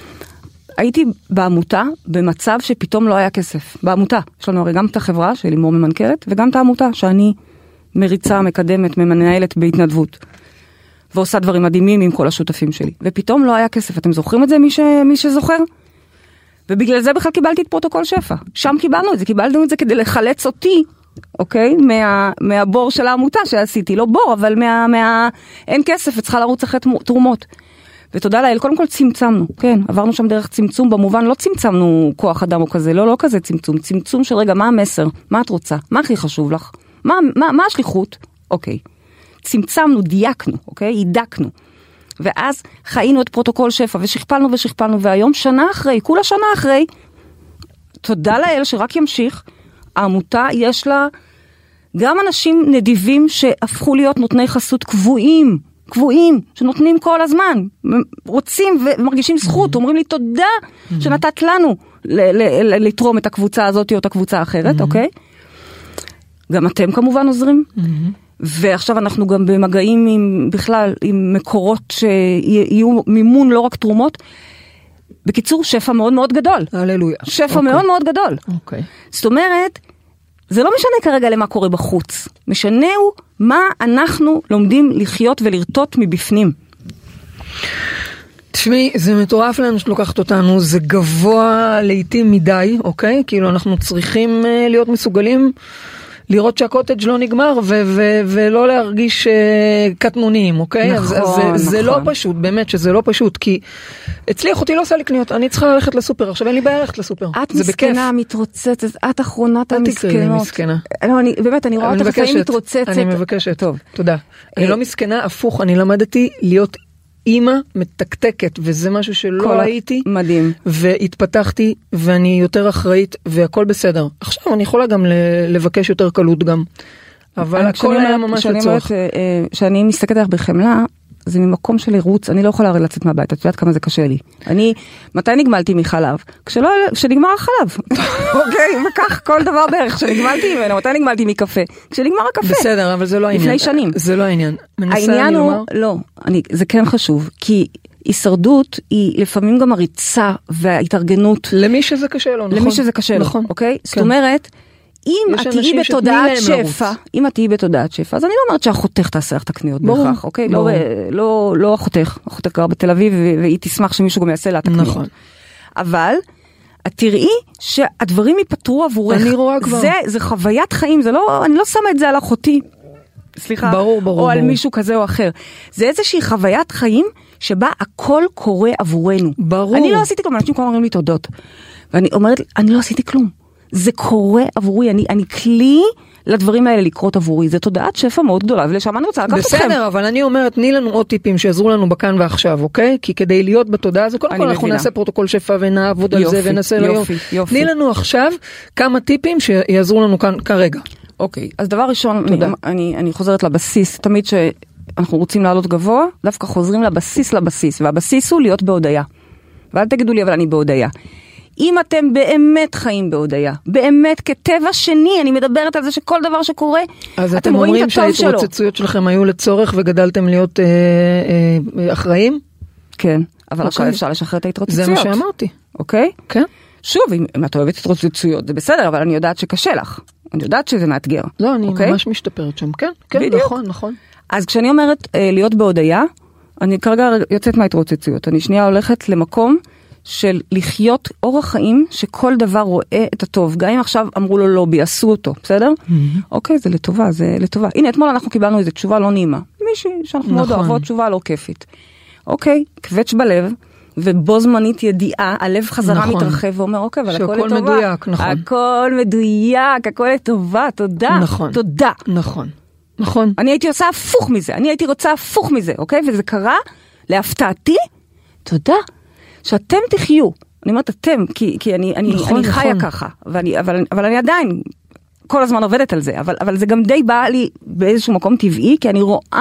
הייתי בעמותה במצב שפתאום לא היה כסף. בעמותה. יש לנו הרי גם את החברה של לימור ממנכרת, וגם את העמותה שאני מריצה, מקדמת, מנהלת בהתנדבות. ועושה דברים מדהימים עם כל השותפים שלי. ופתאום לא היה כסף. אתם זוכרים את זה, מי שזוכר? ובגלל זה בכלל קיבלתי את פרוטוקול שפע. שם קיבלנו את זה כדי לחלץ אותי, אוקיי? מהבור של העמותה שעשיתי. לא בור, אבל אין כסף, וצריכה לרוץ אחרי תרומות. ותודה לאל, קודם כל צמצמנו, כן, עברנו שם דרך צמצום, במובן לא צמצמנו כוח אדם או כזה, לא כזה צמצום של רגע, מה המסר? מה את רוצה? מה הכי חשוב לך? מה השליחות? אוקיי. צמצמנו, דייקנו, אוקיי? הידקנו. ואז חיינו את פרוטוקול שפע, ושכפלנו, והיום שנה אחרי, כולה שנה אחרי, תודה לאל שרק ימשיך, העמותה יש לה גם אנשים נדיבים שהפכו להיות נותני חסות קבועים, שנותנים כל הזמן, רוצים ומרגישים זכות, אומרים לי תודה שנתת לנו לתרום את הקבוצה הזאת או את הקבוצה האחרת, אוקיי? גם אתם כמובן עוזרים, ועכשיו אנחנו גם במגעים בכלל עם מקורות שיהיו מימון לא רק תרומות, בקיצור שפע מאוד מאוד גדול. הללויה. שפע מאוד מאוד גדול. אוקיי. זאת אומרת, זה לא משנה כרגע למה קורה בחוץ. משנה הוא מה אנחנו לומדים לחיות ולרטוט מבפנים. תשמעי, זה מטורף לנו שלוקחת אותנו, זה גבוה לעתים מדי, אוקיי? כאילו אנחנו צריכים להיות מסוגלים לראות שהקוטג' לא נגמר ולא להרגיש קטנוניים, אוקיי? נכון. זה לא פשוט, באמת שזה לא פשוט, כי אצלי אחותי לא עושה לי קניות, אני צריכה ללכת לסופר, עכשיו אין לי בעיה ללכת לסופר. את מסכנה, מתרוצצת, את אחרונת המסכנות. באמת, אני רואה אותך לפעמים מתרוצצת. אני מבקשת, טוב. תודה. אני לא מסכנה, הפוך, אני למדתי להיות אימא מתקתקת, וזה משהו שלא הייתי. מדהים. והתפתחתי, ואני יותר אחראית, והכל בסדר. עכשיו אני יכולה גם לבקש יותר קלות גם. אבל הכל היה ממש לצורך. שאני מסתכלת בחמלה, זה ממקום של עירוץ, אני לא יכולה הרי לצאת מהבית, את יודעת כמה זה קשה לי. מתי נגמלתי מחלב? כשנגמר החלב. אוקיי, וכך כל דבר בערך, כשנגמלתי ממנו, מתי נגמלתי מקפה? כשנגמר הקפה. בסדר, אבל זה לא העניין. לפני שנים. זה לא העניין. העניין הוא, לא, זה כן חשוב, כי הישרדות היא לפעמים גם הריצה וההתארגנות. למי שזה קשה לו, נכון. למי שזה קשה לו, אוקיי? זאת אומרת, אם את תהיי בתודעת שפע, אז אני לא אומרת שהחותך תעשה לך את הקניות בהכרח, אוקיי? לא החותך גר בתל אביב, והיא תשמח שמישהו גם יעשה לה את הקניות. נכון. אבל, את תראי שהדברים ייפטרו עבורך. אני רואה כבר. זה חוויית חיים, אני לא שמה את זה על אחותי, סליחה, או על מישהו כזה או אחר. זה איזושהי חוויית חיים, שבה הכל קורה עבורנו. ברור. אני לא עשיתי כלום, אנשים כבר אומרים לי תודות. ואני אומרת, אני לא עשיתי כלום. זה קורה עבורי, אני כלי לדברים האלה לקרות עבורי, זה תודעת שפע מאוד גדולה, ולשם אני רוצה לקחת אתכם. בסדר, אבל אני אומרת, תני לנו עוד טיפים שיעזרו לנו בכאן ועכשיו, אוקיי? כי כדי להיות בתודעה הזו, קודם כל אנחנו נעשה פרוטוקול שפע ונעבוד על זה ונעשה יופי. תני לנו עכשיו כמה טיפים שיעזרו לנו כאן כרגע. אוקיי, אז דבר ראשון, אני חוזרת לבסיס, תמיד שאנחנו רוצים לעלות גבוה, דווקא חוזרים לבסיס, והבסיס הוא להיות בהודעה. ואל תגידו לי, אבל אני בהודעה. אם אתם באמת חיים בהודעה, באמת כטבע שני, אני מדברת על זה שכל דבר שקורה, אז אתם אומרים שההתרוצצויות שלכם היו לצורך וגדלתם להיות אחראים? כן, אבל עכשיו אפשר לשחרר את ההתרוצצויות. זה מה שאמרתי. אוקיי? כן. שוב, אם את אוהבת התרוצצויות, זה בסדר, אבל אני יודעת שקשה לך. אני יודעת שזה מאתגר. לא, אני ממש משתפרת שם. כן, נכון. אז כשאני אומרת להיות בהודעה, אני כרגע יוצאת מההתרוצצויות. אני שנייה הולכת למקום של לחיות אורח חיים שכל דבר רואה את הטוב. גם אם עכשיו אמרו לו לא, ביעשו אותו, בסדר? אוקיי, זה לטובה. הנה, אתמול אנחנו קיבלנו איזו תשובה לא נעימה. מישהי שאנחנו מאוד אוהבות, תשובה לא כיפית. אוקיי, קווץ' בלב, ובו זמנית ידיעה, הלב חזרה מתרחב ואומר, אוקיי, אבל הכל לטובה. שהכל מדויק, נכון. הכל מדויק, הכל לטובה, תודה. נכון. תודה. נכון. אני הייתי עושה הפוך מזה, אני הייתי רוצה הפוך מזה, אוקיי? וזה קרה, להפתעתי, תודה. שאתם תחיו, אני אומרת אתם, כי אני חיה ככה, אבל אני עדיין כל הזמן עובדת על זה, אבל זה גם די בא לי באיזשהו מקום טבעי, כי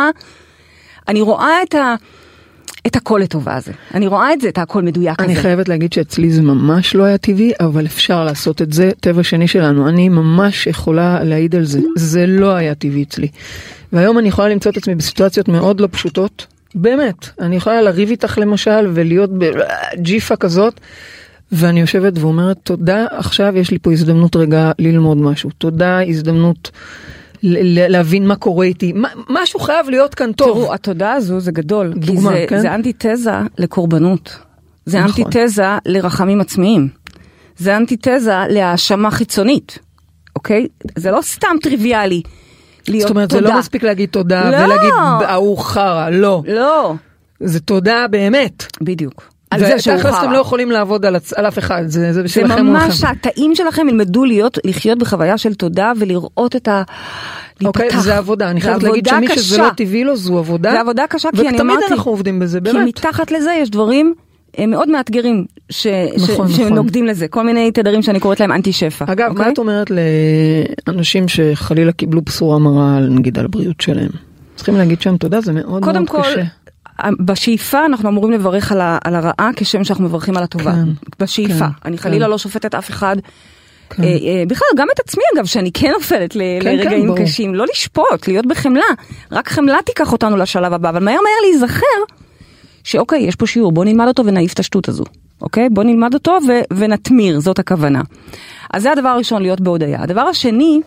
אני רואה את הכל לטובה הזה. אני רואה את זה, את הכל מדויק הזה. אני חייבת להגיד שאצלי זה ממש לא היה טבעי, אבל אפשר לעשות את זה, טבע שני שלנו. אני ממש יכולה להעיד על זה. זה לא היה טבעי אצלי. והיום אני יכולה למצוא את עצמי בסיטואציות מאוד לא פשוטות, באמת, אני יכולה לריב איתך למשל, ולהיות בג'יפה כזאת, ואני יושבת ואומרת, תודה, עכשיו יש לי פה הזדמנות רגע ללמוד משהו, תודה, הזדמנות להבין מה קורה איתי. משהו חייב להיות כאן טוב. תראו, התודעה הזו זה גדול. דוגמה, כי זה אנטיתזה לקורבנות. זה אנטיתזה לרחמים עצמיים. זה אנטיתזה להאשמה חיצונית. אוקיי? זה לא סתם טריוויאלי להיות תודה. זאת אומרת, זה לא מספיק להגיד תודה ולהגיד, הוא חרה, לא. לא. זה תודה באמת. בדיוק. ותכלס אתם לא יכולים לעבוד על אף אחד, זה בשבילכם. זה ממש, התאים שלכם ילמדו לחיות בחוויה של תודה ולראות את אוקיי, זה עבודה, אני חייבת להגיד שמי שזה לא טבעי לו, זו עבודה. זה עבודה קשה, כי אני אמרתי, ותמיד אנחנו עובדים בזה, באמת. כי מתחת לזה יש דברים מאוד מאתגרים שנוגדים לזה, כל מיני תדרים שאני קוראת להם אנטי שפע. אגב, מה את אומרת לאנשים שחלילה קיבלו בשורה מרה, נגיד על הבריאות שלהם? צריכים להגיד שם תודה, זה מאוד מאוד קשה. בשאיפה אנחנו אמורים לברך על הרעה כשם שאנחנו מברכים על הטובה. בשאיפה. אני חלילה לא שופטת אף אחד. בכלל, גם את עצמי אגב, שאני כן נופלת לרגעים קשים. לא לשפוט, להיות בחמלה. רק חמלה תיקח אותנו לשלב הבא. אבל מהר להיזכר שאוקיי, יש פה שיעור, בוא נלמד אותו ונעיף את השטות הזו. אוקיי? בוא נלמד אותו ונתמיר, זאת הכוונה. אז זה הדבר הראשון, להיות בהודיה. הדבר השני,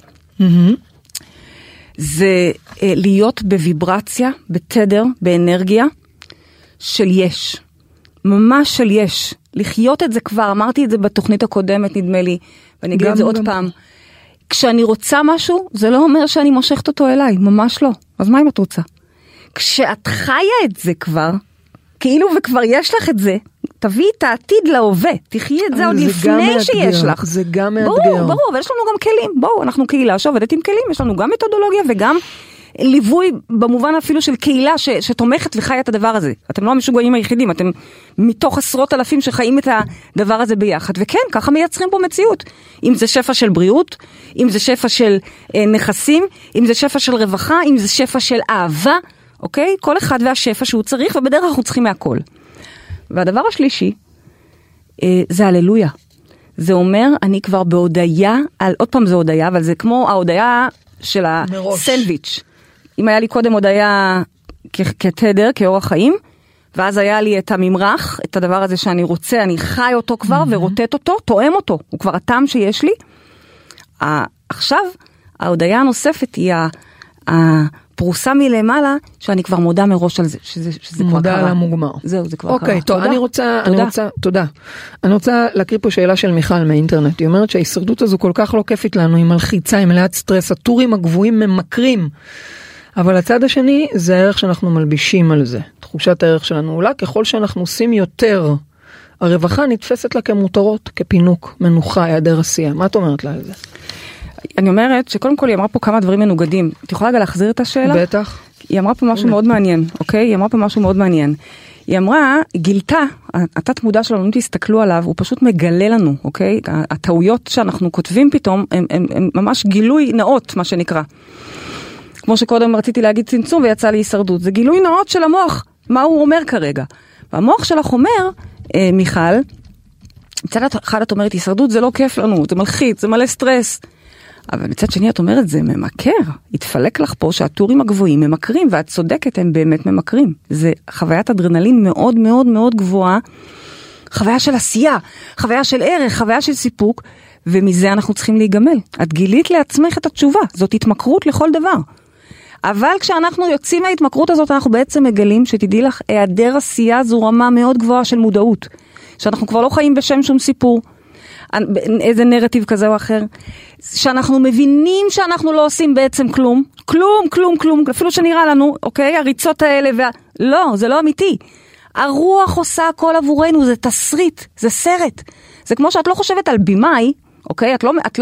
זה להיות בוויברציה, בתדר, באנרגיה, של יש. ממש של יש. לחיות את זה כבר, אמרתי את זה בתוכנית הקודמת, נדמה לי, ואני אגיד את זה עוד פעם. כשאני רוצה משהו, זה לא אומר שאני מושכת אותו אליי, ממש לא. אז מה אם את רוצה? כשאת חיה את זה כבר, כאילו וכבר יש לך את זה, תביאי את העתיד להווה, תחי את זה עוד לפני שיש לך. זה גם מאתגר. ברור, אבל יש לנו גם כלים. בואו, אנחנו קהילה שעובדת עם כלים, יש לנו גם מתודולוגיה וגם ליווי במובן אפילו של קהילה שתומכת וחיה את הדבר הזה. אתם לא המשוגעים היחידים, אתם מתוך עשרות אלפים שחיים את הדבר הזה ביחד. וכן, ככה מייצרים פה מציאות. אם זה שפע של בריאות, אם זה שפע של נכסים, אם זה שפע של רווחה, אם זה שפע של אהבה, אוקיי? כל אחד והשפע שהוא צריך, ובדרך אנחנו צריכים מהכל. והדבר השלישי, זה הללויה. זה אומר, אני כבר בהודיה, עוד פעם זה הודיה, אבל זה כמו ההודיה של הסנדוויץ'. אם היה לי קודם הודיה כתדר, כאורח חיים, ואז היה לי את הממרח, את הדבר הזה שאני רוצה, אני חי אותו כבר ורוטט אותו, תואם אותו, הוא כבר הטעם שיש לי. עכשיו, ההודיה הנוספת היא הפרוסה מלמעלה, שאני כבר מודה מראש על זה, שזה כבר קרה. מודה על המוגמר. זהו, זה כבר קרה. אוקיי, טוב, תודה. אני רוצה להקריא פה שאלה של מיכל מהאינטרנט. היא אומרת שההישרדות הזו כל כך לא כיפית לנו, היא מלחיצה, היא מלאת סטרס, הטורים הגבוהים ממכרים. אבל הצד השני, זה הערך שאנחנו מלבישים על זה. תחושת הערך שלנו עולה, ככל שאנחנו עושים יותר, הרווחה נתפסת לה כמותרות, כפינוק, מנוחה, היעדר עשייה. מה את אומרת לה על זה? אני אומרת שקודם כל היא אמרה פה כמה דברים מנוגדים. את יכולה רגע להחזיר את השאלה? בטח. היא אמרה פה משהו מאוד מעניין, אוקיי? היא אמרה פה משהו מאוד מעניין. היא אמרה, גילתה, התת מודע שלנו, אם תסתכלו עליו, הוא פשוט מגלה לנו, אוקיי? הטעויות שאנחנו כותבים פתאום, הם ממש גילוי נאות, מה שנקרא. כמו שקודם רציתי להגיד צמצום ויצא לי הישרדות. זה גילוי נאות של המוח, מה הוא אומר כרגע. והמוח שלך אומר, מיכל, מצד אחד את אומרת, הישרדות זה לא כיף לנו, זה מלחיץ, זה מלא סטרס. אבל מצד שני את אומרת, זה ממכר. התפלק לך פה שהטורים הגבוהים ממכרים, ואת צודקת, הם באמת ממכרים. זה חוויית אדרנלין מאוד מאוד מאוד גבוהה, חוויה של עשייה, חוויה של ערך, חוויה של סיפוק, ומזה אנחנו צריכים להיגמל. את גילית לעצמך את התשובה, זאת התמכרות לכל דבר. אבל כשאנחנו יוצאים מההתמכרות הזאת, אנחנו בעצם מגלים שתדעי לך, היעדר עשייה זו רמה מאוד גבוהה של מודעות. שאנחנו כבר לא חיים בשם שום סיפור, איזה נרטיב כזה או אחר, שאנחנו מבינים שאנחנו לא עושים בעצם כלום, כלום, אפילו שנראה לנו, אוקיי, הריצות האלה, לא, זה לא אמיתי. הרוח עושה הכל עבורנו, זה תסריט, זה סרט. זה כמו שאת לא חושבת על בימאי, אוקיי,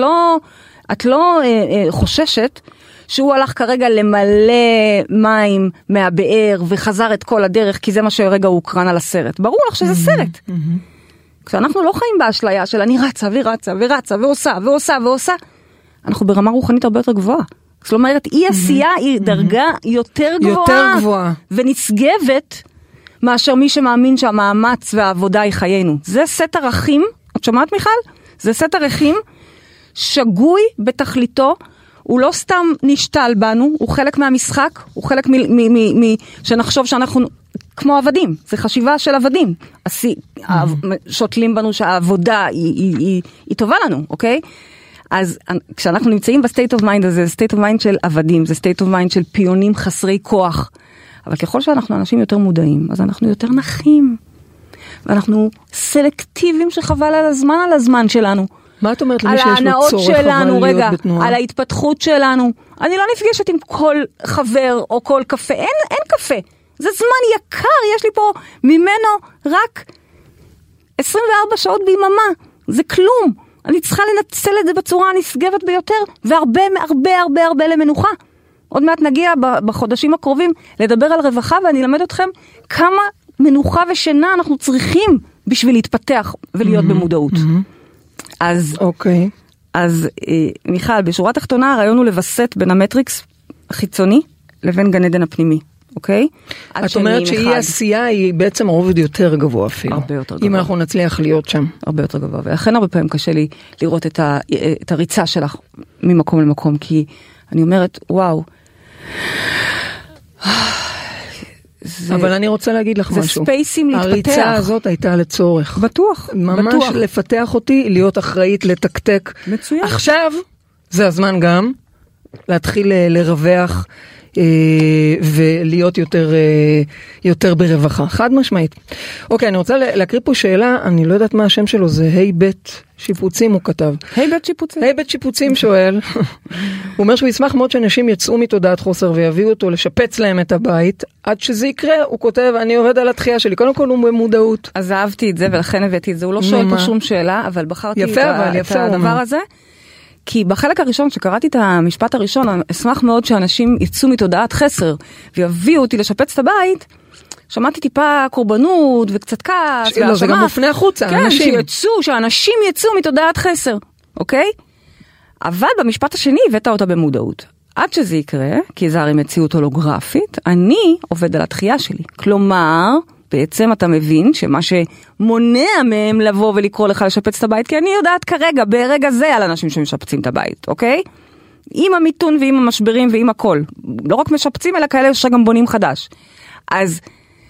את לא חוששת שהוא הלך כרגע למלא מים מהבאר וחזר את כל הדרך, כי זה מה שהרגע הוא קרן על הסרט. ברור לך שזה סרט. כשאנחנו לא חיים באשליה של אני רצה ועושה, אנחנו ברמה רוחנית הרבה יותר גבוהה. זאת אומרת, אי עשייה היא דרגה יותר גבוהה ונצגבת מאשר מי שמאמין שהמאמץ והעבודה היא חיינו. זה סט ערכים, את שומעת מיכל? זה סט ערכים שגוי בתכליתו, הוא לא סתם נשתל בנו, הוא חלק מהמשחק, הוא חלק שנחשוב שאנחנו כמו עבדים, זה חשיבה של עבדים. שותלים בנו שהעבודה היא טובה לנו, אוקיי? אז כשאנחנו נמצאים בסטייט אוף מיינד הזה, זה סטייט אוף מיינד של עבדים, זה סטייט אוף מיינד של פיונים חסרי כוח. אבל ככל שאנחנו אנשים יותר מודעים, אז אנחנו יותר נחים. ואנחנו סלקטיביים שחבל על הזמן שלנו. מה את אומרת למי שיש לו צורך שלנו, אבל להיות בתנועה? על ההתפתחות שלנו. אני לא נפגשת עם כל חבר או כל קפה. אין קפה. זה זמן יקר. יש לי פה ממנו רק 24 שעות ביממה. זה כלום. אני צריכה לנצל את זה בצורה הנשגבת ביותר, והרבה, הרבה, הרבה, הרבה למנוחה. עוד מעט נגיע בחודשים הקרובים לדבר על רווחה, ואני אלמד אתכם כמה מנוחה ושינה אנחנו צריכים בשביל להתפתח ולהיות במודעות. אז, אז מיכל, בשורה תחתונה הרעיון הוא לבסט בין המטריקס החיצוני לבין גן עדן הפנימי. אוקיי? את אומרת שהיא עשייה היא בעצם רובד יותר גבוה אפילו. הרבה יותר גבוה. אם אנחנו נצליח להיות שם. הרבה יותר גבוה. ולכן הרבה פעמים קשה לי לראות את הריצה שלך ממקום למקום, כי אני אומרת, וואו. אבל אני רוצה להגיד לך משהו. זה ספייסים להתפתח. הריצה הזאת הייתה לצורך. בטוח. ממש לפתח אותי, להיות אחראית, לתקתק. מצוין. עכשיו, זה הזמן גם להתחיל לרווח ולהיות יותר ברווחה. חד משמעית. אוקיי, אני רוצה להקריא פה שאלה, אני לא יודעת מה השם שלו, זה היי בית שיפוצים הוא כתב. היי בית שיפוצים. היי בית שיפוצים שואל. הוא אומר שהוא ישמח מאוד שאנשים יצאו מתודעת חוסר ויביאו אותו לשפץ להם את הבית. עד שזה יקרה, הוא כותב, אני עובד על התחייה שלי. קודם כל הוא במודעות. אז אהבתי את זה ולכן הבאתי את זה. הוא לא שואל פה שום שאלה, אבל בחרתי את הדבר הזה. כי בחלק הראשון, שקראתי את המשפט הראשון, אני אשמח מאוד שאנשים יצאו מתודעת חסר, ויביאו אותי לשפץ את הבית, שמעתי טיפה קורבנות, וקצת כעס, לא, זה גם מופנה החוצה, כן, אנשים. שאנשים יצאו מתודעת חסר, אוקיי? אבל במשפט השני הבאת אותה במודעות. עד שזה יקרה, כי זה הרי מציאות הולוגרפית, אני עובד על התחייה שלי. כלומר, בעצם אתה מבין שמה שמונע מהם לבוא ולקרוא לך לשפץ את הבית, כי אני יודעת כרגע, ברגע זה, על אנשים שמשפצים את הבית, אוקיי? עם המיתון ועם המשברים ועם הכל. לא רק משפצים, אלא כאלה שגם בונים חדש. אז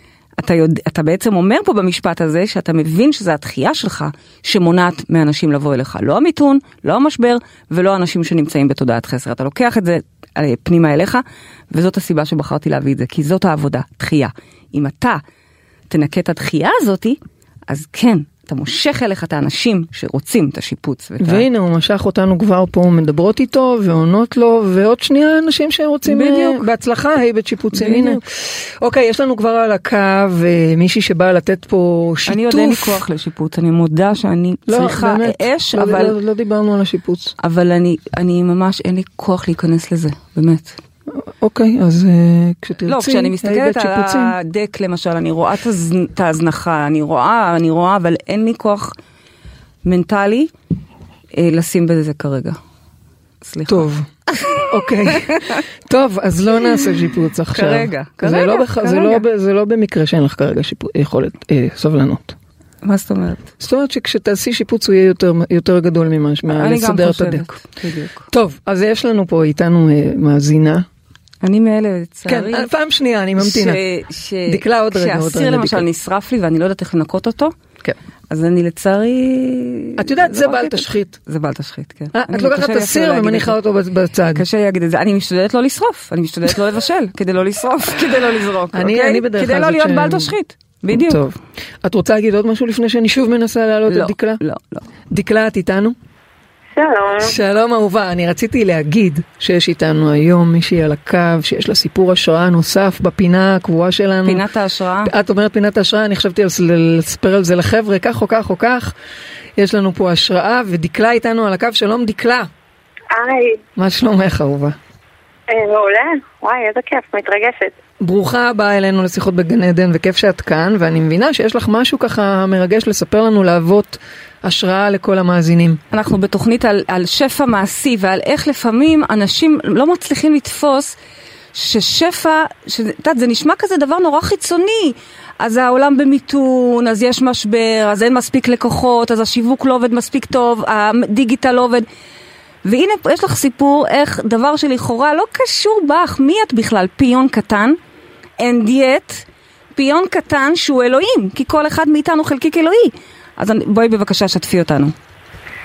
אתה בעצם אומר פה במשפט הזה, שאתה מבין שזה התחייה שלך, שמונעת מאנשים לבוא אליך. לא המיתון, לא המשבר, ולא האנשים שנמצאים בתודעת חסר. אתה לוקח את זה פנימה אליך, וזאת הסיבה שבחרתי להביא את זה, כי זאת העבודה, תחייה. אם אתה תנקה את התחייה הזאת, אז כן, אתה מושך אליך את האנשים שרוצים את השיפוץ. והנה, הוא משך אותנו כבר פה, מדברות איתו, ועונות לו, ועוד שנייה אנשים שרוצים בהצלחה, היי בית שיפוצים. הנה. אוקיי, יש לנו כבר על הקו מישהי שבאה לתת פה שיתוף. אני עוד אין לי כוח לשיפוץ, אני מודה שאני צריכה אש, אבל... לא דיברנו על השיפוץ. אבל אני ממש, אין לי כוח להיכנס לזה, באמת. אוקיי, אז כשתרצי, לא, כשאני מסתכלת על הדק למשל, אני רואה את ההזנחה, אני רואה, אבל אין לי כוח מנטלי לשים בזה כרגע. סליחה. טוב, אוקיי. טוב, אז לא נעשה שיפוץ עכשיו. כרגע. זה לא במקרה שאין לך כרגע יכולת סבלנות. מה זאת אומרת? זאת אומרת שכשתעשי שיפוץ הוא יהיה יותר גדול ממש, לסדר את הדק. טוב, אז יש לנו פה איתנו מאזינה. אני מאלה, לצערי. כן, פעם שנייה, אני ממתינה. דקלה עוד רגע. כשהסיר למשל נשרף לי ואני לא יודעת איך לנקות אותו, אז אני לצערי... את יודעת, זה בעל תשחית. זה בעל תשחית, כן. את לוקחת את הסיר ומניחה אותו בצד. קשה להגיד את זה. אני משתדלת לא לשרוף, אני משתדלת לא לבשל, כדי לא לשרוף, כדי לא לזרוק. אני בדרך כלל... כדי לא להיות בעל תשחית. בדיוק. טוב. את רוצה להגיד עוד משהו לפני שאני שוב מנסה להעלות את דקלה? לא. דקלה, את איתנו? שלום. שלום אהובה, אני רציתי להגיד שיש איתנו היום מישהי על הקו, שיש לה סיפור השראה נוסף בפינה הקבועה שלנו. פינת ההשראה. את אומרת פינת ההשראה, אני חשבתי לספר על זה לחבר'ה, כך או כך או כך. יש לנו פה השראה, ודקלה איתנו על הקו. שלום דקלה. היי. מה שלומך אהובה? מעולה, וואי איזה כיף, מתרגשת. ברוכה הבאה אלינו לשיחות בגן עדן, וכיף שאת כאן, ואני מבינה שיש לך משהו ככה מרגש לספר לנו, להוות השראה לכל המאזינים. אנחנו בתוכנית על שפע מעשי, ועל איך לפעמים אנשים לא מצליחים לתפוס ששפע, זה נשמע כזה דבר נורא חיצוני, אז העולם במיתון, אז יש משבר, אז אין מספיק לקוחות, אז השיווק לא עובד מספיק טוב, הדיגיטל לא עובד, והנה יש לך סיפור איך דבר שלכאורה לא קשור בך, מי את בכלל? פיון קטן, and yet, פיון קטן שהוא אלוהים, כי כל אחד מאיתנו חלקיק אלוהי. אז בואי בבקשה שתפי אותנו.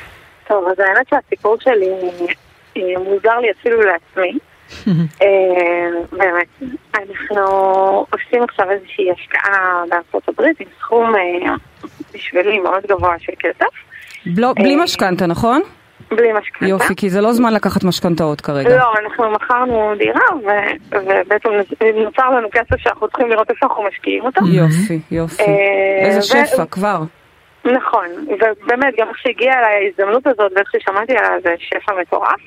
טוב, אז האמת שהסיפור שלי מוזר לי אפילו לעצמי. באמת, אנחנו עושים עכשיו איזושהי השקעה בארצות הברית עם סכום בשבילי מאוד גבוה של כסף. בלי משכנתה, נכון? בלי משכנתה. יופי, כי זה לא זמן לקחת משכנתאות כרגע. לא, אנחנו מכרנו דירה ובעצם נוצר לנו כסף שאנחנו צריכים לראות איפה אנחנו משקיעים אותו. יופי, יופי. איזה שפע כבר. נכון, ובאמת גם איך שהגיעה אליי ההזדמנות הזאת ואיך ששמעתי עליה זה שפע מטורף.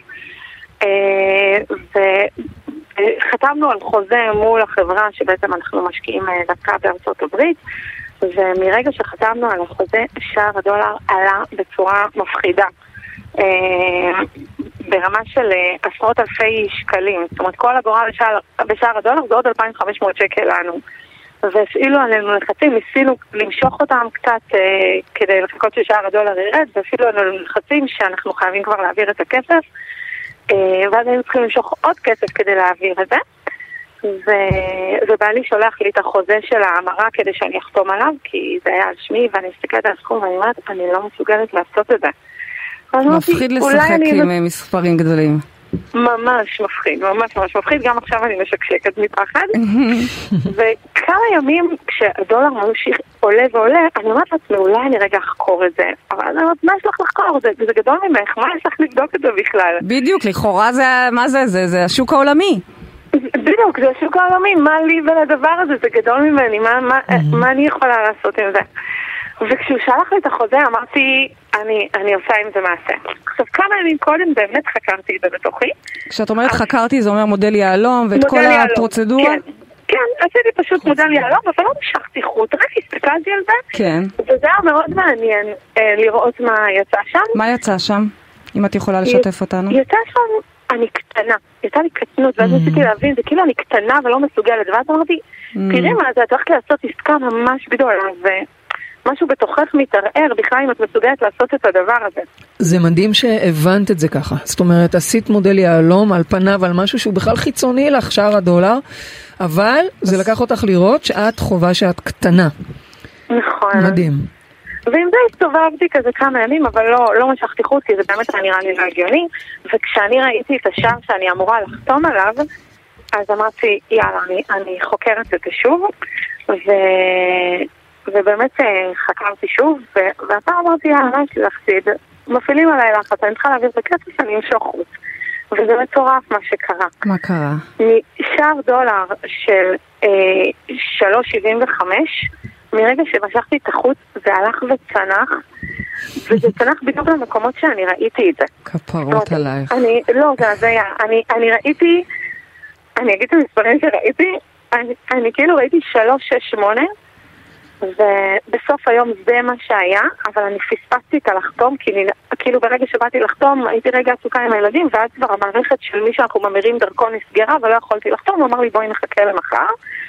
וחתמנו על חוזה מול החברה שבעצם אנחנו משקיעים דווקא בארצות הברית, ומרגע שחתמנו על החוזה שער הדולר עלה בצורה מפחידה, ברמה של עשרות אלפי שקלים. זאת אומרת, כל אגורה בשער הדולר זה עוד 2,500 שקל לנו. והפעילו עלינו לחצים, ניסינו למשוך אותם קצת כדי לחכות ששער הדולר ירד, והפעילו עלינו לחצים שאנחנו חייבים כבר להעביר את הכסף, ואז היינו צריכים למשוך עוד כסף כדי להעביר את זה. ובעלי שולח לי את החוזה של ההמרה כדי שאני אחתום עליו, כי זה היה על שמי, ואני מסתכלת על הסכום ואני אומרת, אני לא מסוגלת לעשות את זה. מפחיד לשחק עם מספרים גדולים. ממש מפחיד, ממש ממש מפחיד. גם עכשיו אני משקשקת מפחד. וכמה ימים כשהדולר ממשיך עולה ועולה, אני אומרת לעצמי, אולי אני רגע אחקור את זה. אבל אני אומרת, מה יש לך לחקור? זה גדול ממך, מה יש לך לבדוק את זה בכלל? בדיוק, לכאורה זה, מה זה? זה השוק העולמי. בדיוק, זה השוק העולמי, מה לי ולדבר הזה? זה גדול ממני, מה אני יכולה לעשות עם זה? וכשהוא שלח לי את החוזה אמרתי, אני עושה עם זה מעשה. עכשיו, כמה ימים קודם באמת חקרתי את זה בתוכי. כשאת אומרת חקרתי, זה אומר מודל יעלום ואת כל הפרוצדורה? כן, עשיתי פשוט מודל יעלום, אבל לא משכתי חוט, רק הסתכלתי על זה. כן. וזה היה מאוד מעניין לראות מה יצא שם. מה יצא שם? אם את יכולה לשתף אותנו. יצא שם, אני קטנה. יצא לי קטנות, ואז ניסיתי להבין, זה כאילו אני קטנה ולא מסוגלת. ואז אמרתי, תראי מה זה, את הולכת לעשות עסקה ממש גדולה, משהו בתוכך מתערער בכלל אם את מסוגלת לעשות את הדבר הזה. זה מדהים שהבנת את זה ככה. זאת אומרת, עשית מודל יעלום על פניו, על משהו שהוא בכלל חיצוני לך, שער הדולר, אבל זה לקח אותך לראות שאת חובה שאת קטנה. נכון. מדהים. ועם זה הסתובבתי כזה כמה ימים, אבל לא משכתי חוט, כי זה באמת נראה לי לא הגיוני. וכשאני ראיתי את השער שאני אמורה לחתום עליו, אז אמרתי, יאללה, אני חוקרת את זה שוב, ובאמת חקרתי שוב, ואתה אמרתי, מה יש לי להחסיד? מפעילים עליי לחץ, אני צריכה להעביר את הכסף, אני אמשוך חוץ. וזה מטורף מה שקרה. מה קרה? משער דולר של 3.75, מרגע שמשכתי את החוץ, זה הלך וצנח, וזה צנח בדיוק למקומות שאני ראיתי את זה. כפרות עלייך. לא, זה היה. אני ראיתי, אני אגיד את המספרים שראיתי, אני כאילו ראיתי 368, ובסוף היום זה מה שהיה, אבל אני פספסתי את הלחתום, כי כאילו ברגע שבאתי לחתום הייתי רגע עסוקה עם הילדים, ואז כבר המערכת של מי שאנחנו ממירים דרכו נסגרה ולא יכולתי לחתום, הוא אמר לי בואי נחכה למחר,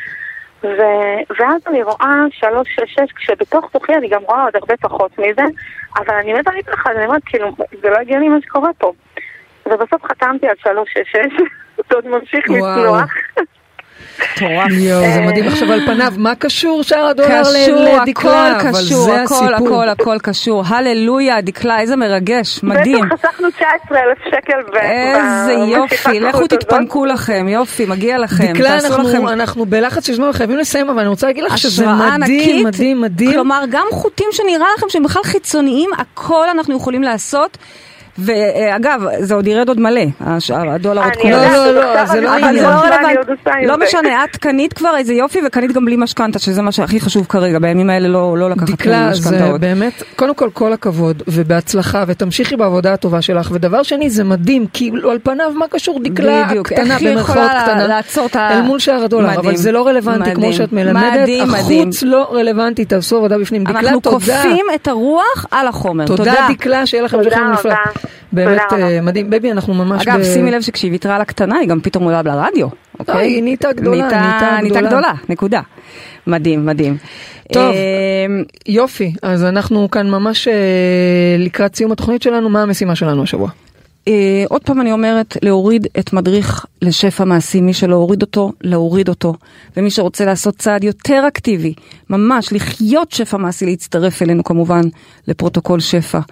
ואז אני רואה 366, כשבתוך תוכי אני גם רואה עוד הרבה פחות מזה, אבל אני מתה להתרחד, אני אומרת כאילו זה לא הגיוני מה שקורה פה, ובסוף חתמתי על 366, זה עוד ממשיך לצנוח. טורף. זה מדהים. עכשיו על פניו, מה קשור שער הדולר לדקלה? הכל קשור. הללויה, דקלה, איזה מרגש, מדהים. בעצם חסכנו 19,000 שקל. איזה יופי, לכו תתפנקו לכם, יופי, מגיע לכם. דקלה, אנחנו בלחץ של זמן חייבים לסיים, אבל אני רוצה להגיד לך שזה מדהים, מדהים, מדהים. כלומר, גם חוטים שנראה לכם שהם בכלל חיצוניים, הכל אנחנו יכולים לעשות. ואגב, זה עוד ירד עוד מלא, הדולר עוד כולה. לא, זה לא רלוונטי. לא משנה, את קנית כבר איזה יופי, וקנית גם בלי משכנתה, שזה מה שהכי חשוב כרגע, בימים האלה לא לקחת דקלה, זה באמת, קודם כל הכבוד, ובהצלחה, ותמשיכי בעבודה הטובה שלך, ודבר שני, זה מדהים, כי על פניו מה קשור דקלה הקטנה, במרכאות קטנה, אל מול שער הדולר, אבל זה לא רלוונטי, כמו שאת מלמדת, החוץ לא רלוונטי, תעשו עבודה בפנים. דקלה, תודה. אנחנו כופים את הרוח על החומר. תודה דקלה, שיהיה לכם נפלא. באמת מדהים. בייבי, אנחנו ממש... אגב, שימי לב שכשהיא ויתרה על הקטנה, היא גם פתאום עולה לרדיו. היא נהייתה גדולה, נקודה. מדהים, מדהים. טוב, יופי. אז אנחנו כאן ממש לקראת סיום התוכנית שלנו. מה המשימה שלנו השבוע? עוד פעם אני אומרת, להוריד את מדריך לשפע מעשי. מי שלא הוריד אותו, להוריד אותו. ומי שרוצה לעשות צעד יותר אקטיבי, ממש לחיות שפע מעשי, להצטרף אלינו כמובן לפרוטוקול שפע.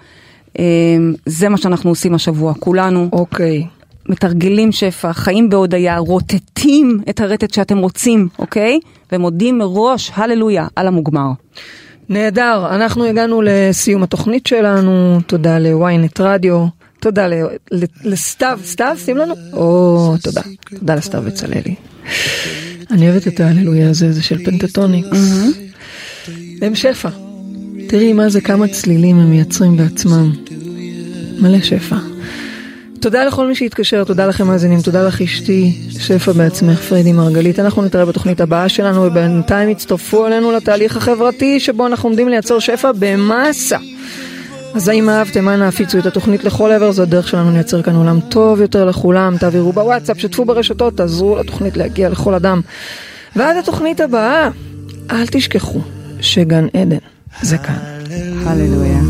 זה מה שאנחנו עושים השבוע, כולנו. אוקיי. מתרגלים שפע, חיים בהודיה, רוטטים את הרטט שאתם רוצים, אוקיי? ומודים מראש, הללויה, על המוגמר. נהדר, אנחנו הגענו לסיום התוכנית שלנו, תודה לוויינט רדיו, תודה לסתיו, סתיו, שים לנו? תודה, תודה לסתיו וצללי. אני אוהבת את ההללויה הזה, זה של פנטטוניקס. הם שפע. תראי מה זה, כמה צלילים הם מייצרים בעצמם. מלא שפע. תודה לכל מי שהתקשר, תודה לכם מאזינים, תודה לך אשתי, שפע בעצמך, פרידי מרגלית. אנחנו נתראה בתוכנית הבאה שלנו, ובינתיים הצטרפו אלינו לתהליך החברתי, שבו אנחנו עומדים לייצר שפע במסה. אז האם אהבתם, אנא הפיצו את התוכנית לכל עבר, זו הדרך שלנו לייצר כאן עולם טוב יותר לכולם, תעבירו בוואטסאפ, שתפו ברשתות, תעזרו לתוכנית להגיע לכל אדם. ועד התוכנית הבאה, אל תשכחו שגן עדן זה כאן. הללויה.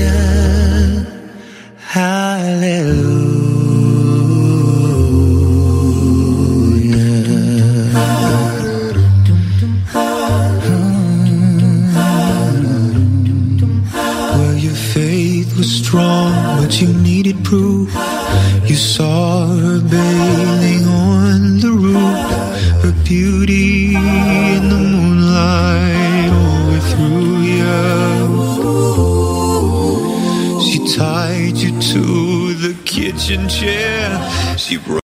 Was strong, but you needed proof. You saw her bathing on the roof, her beauty in the moonlight overthrew you. She tied you to the kitchen chair. She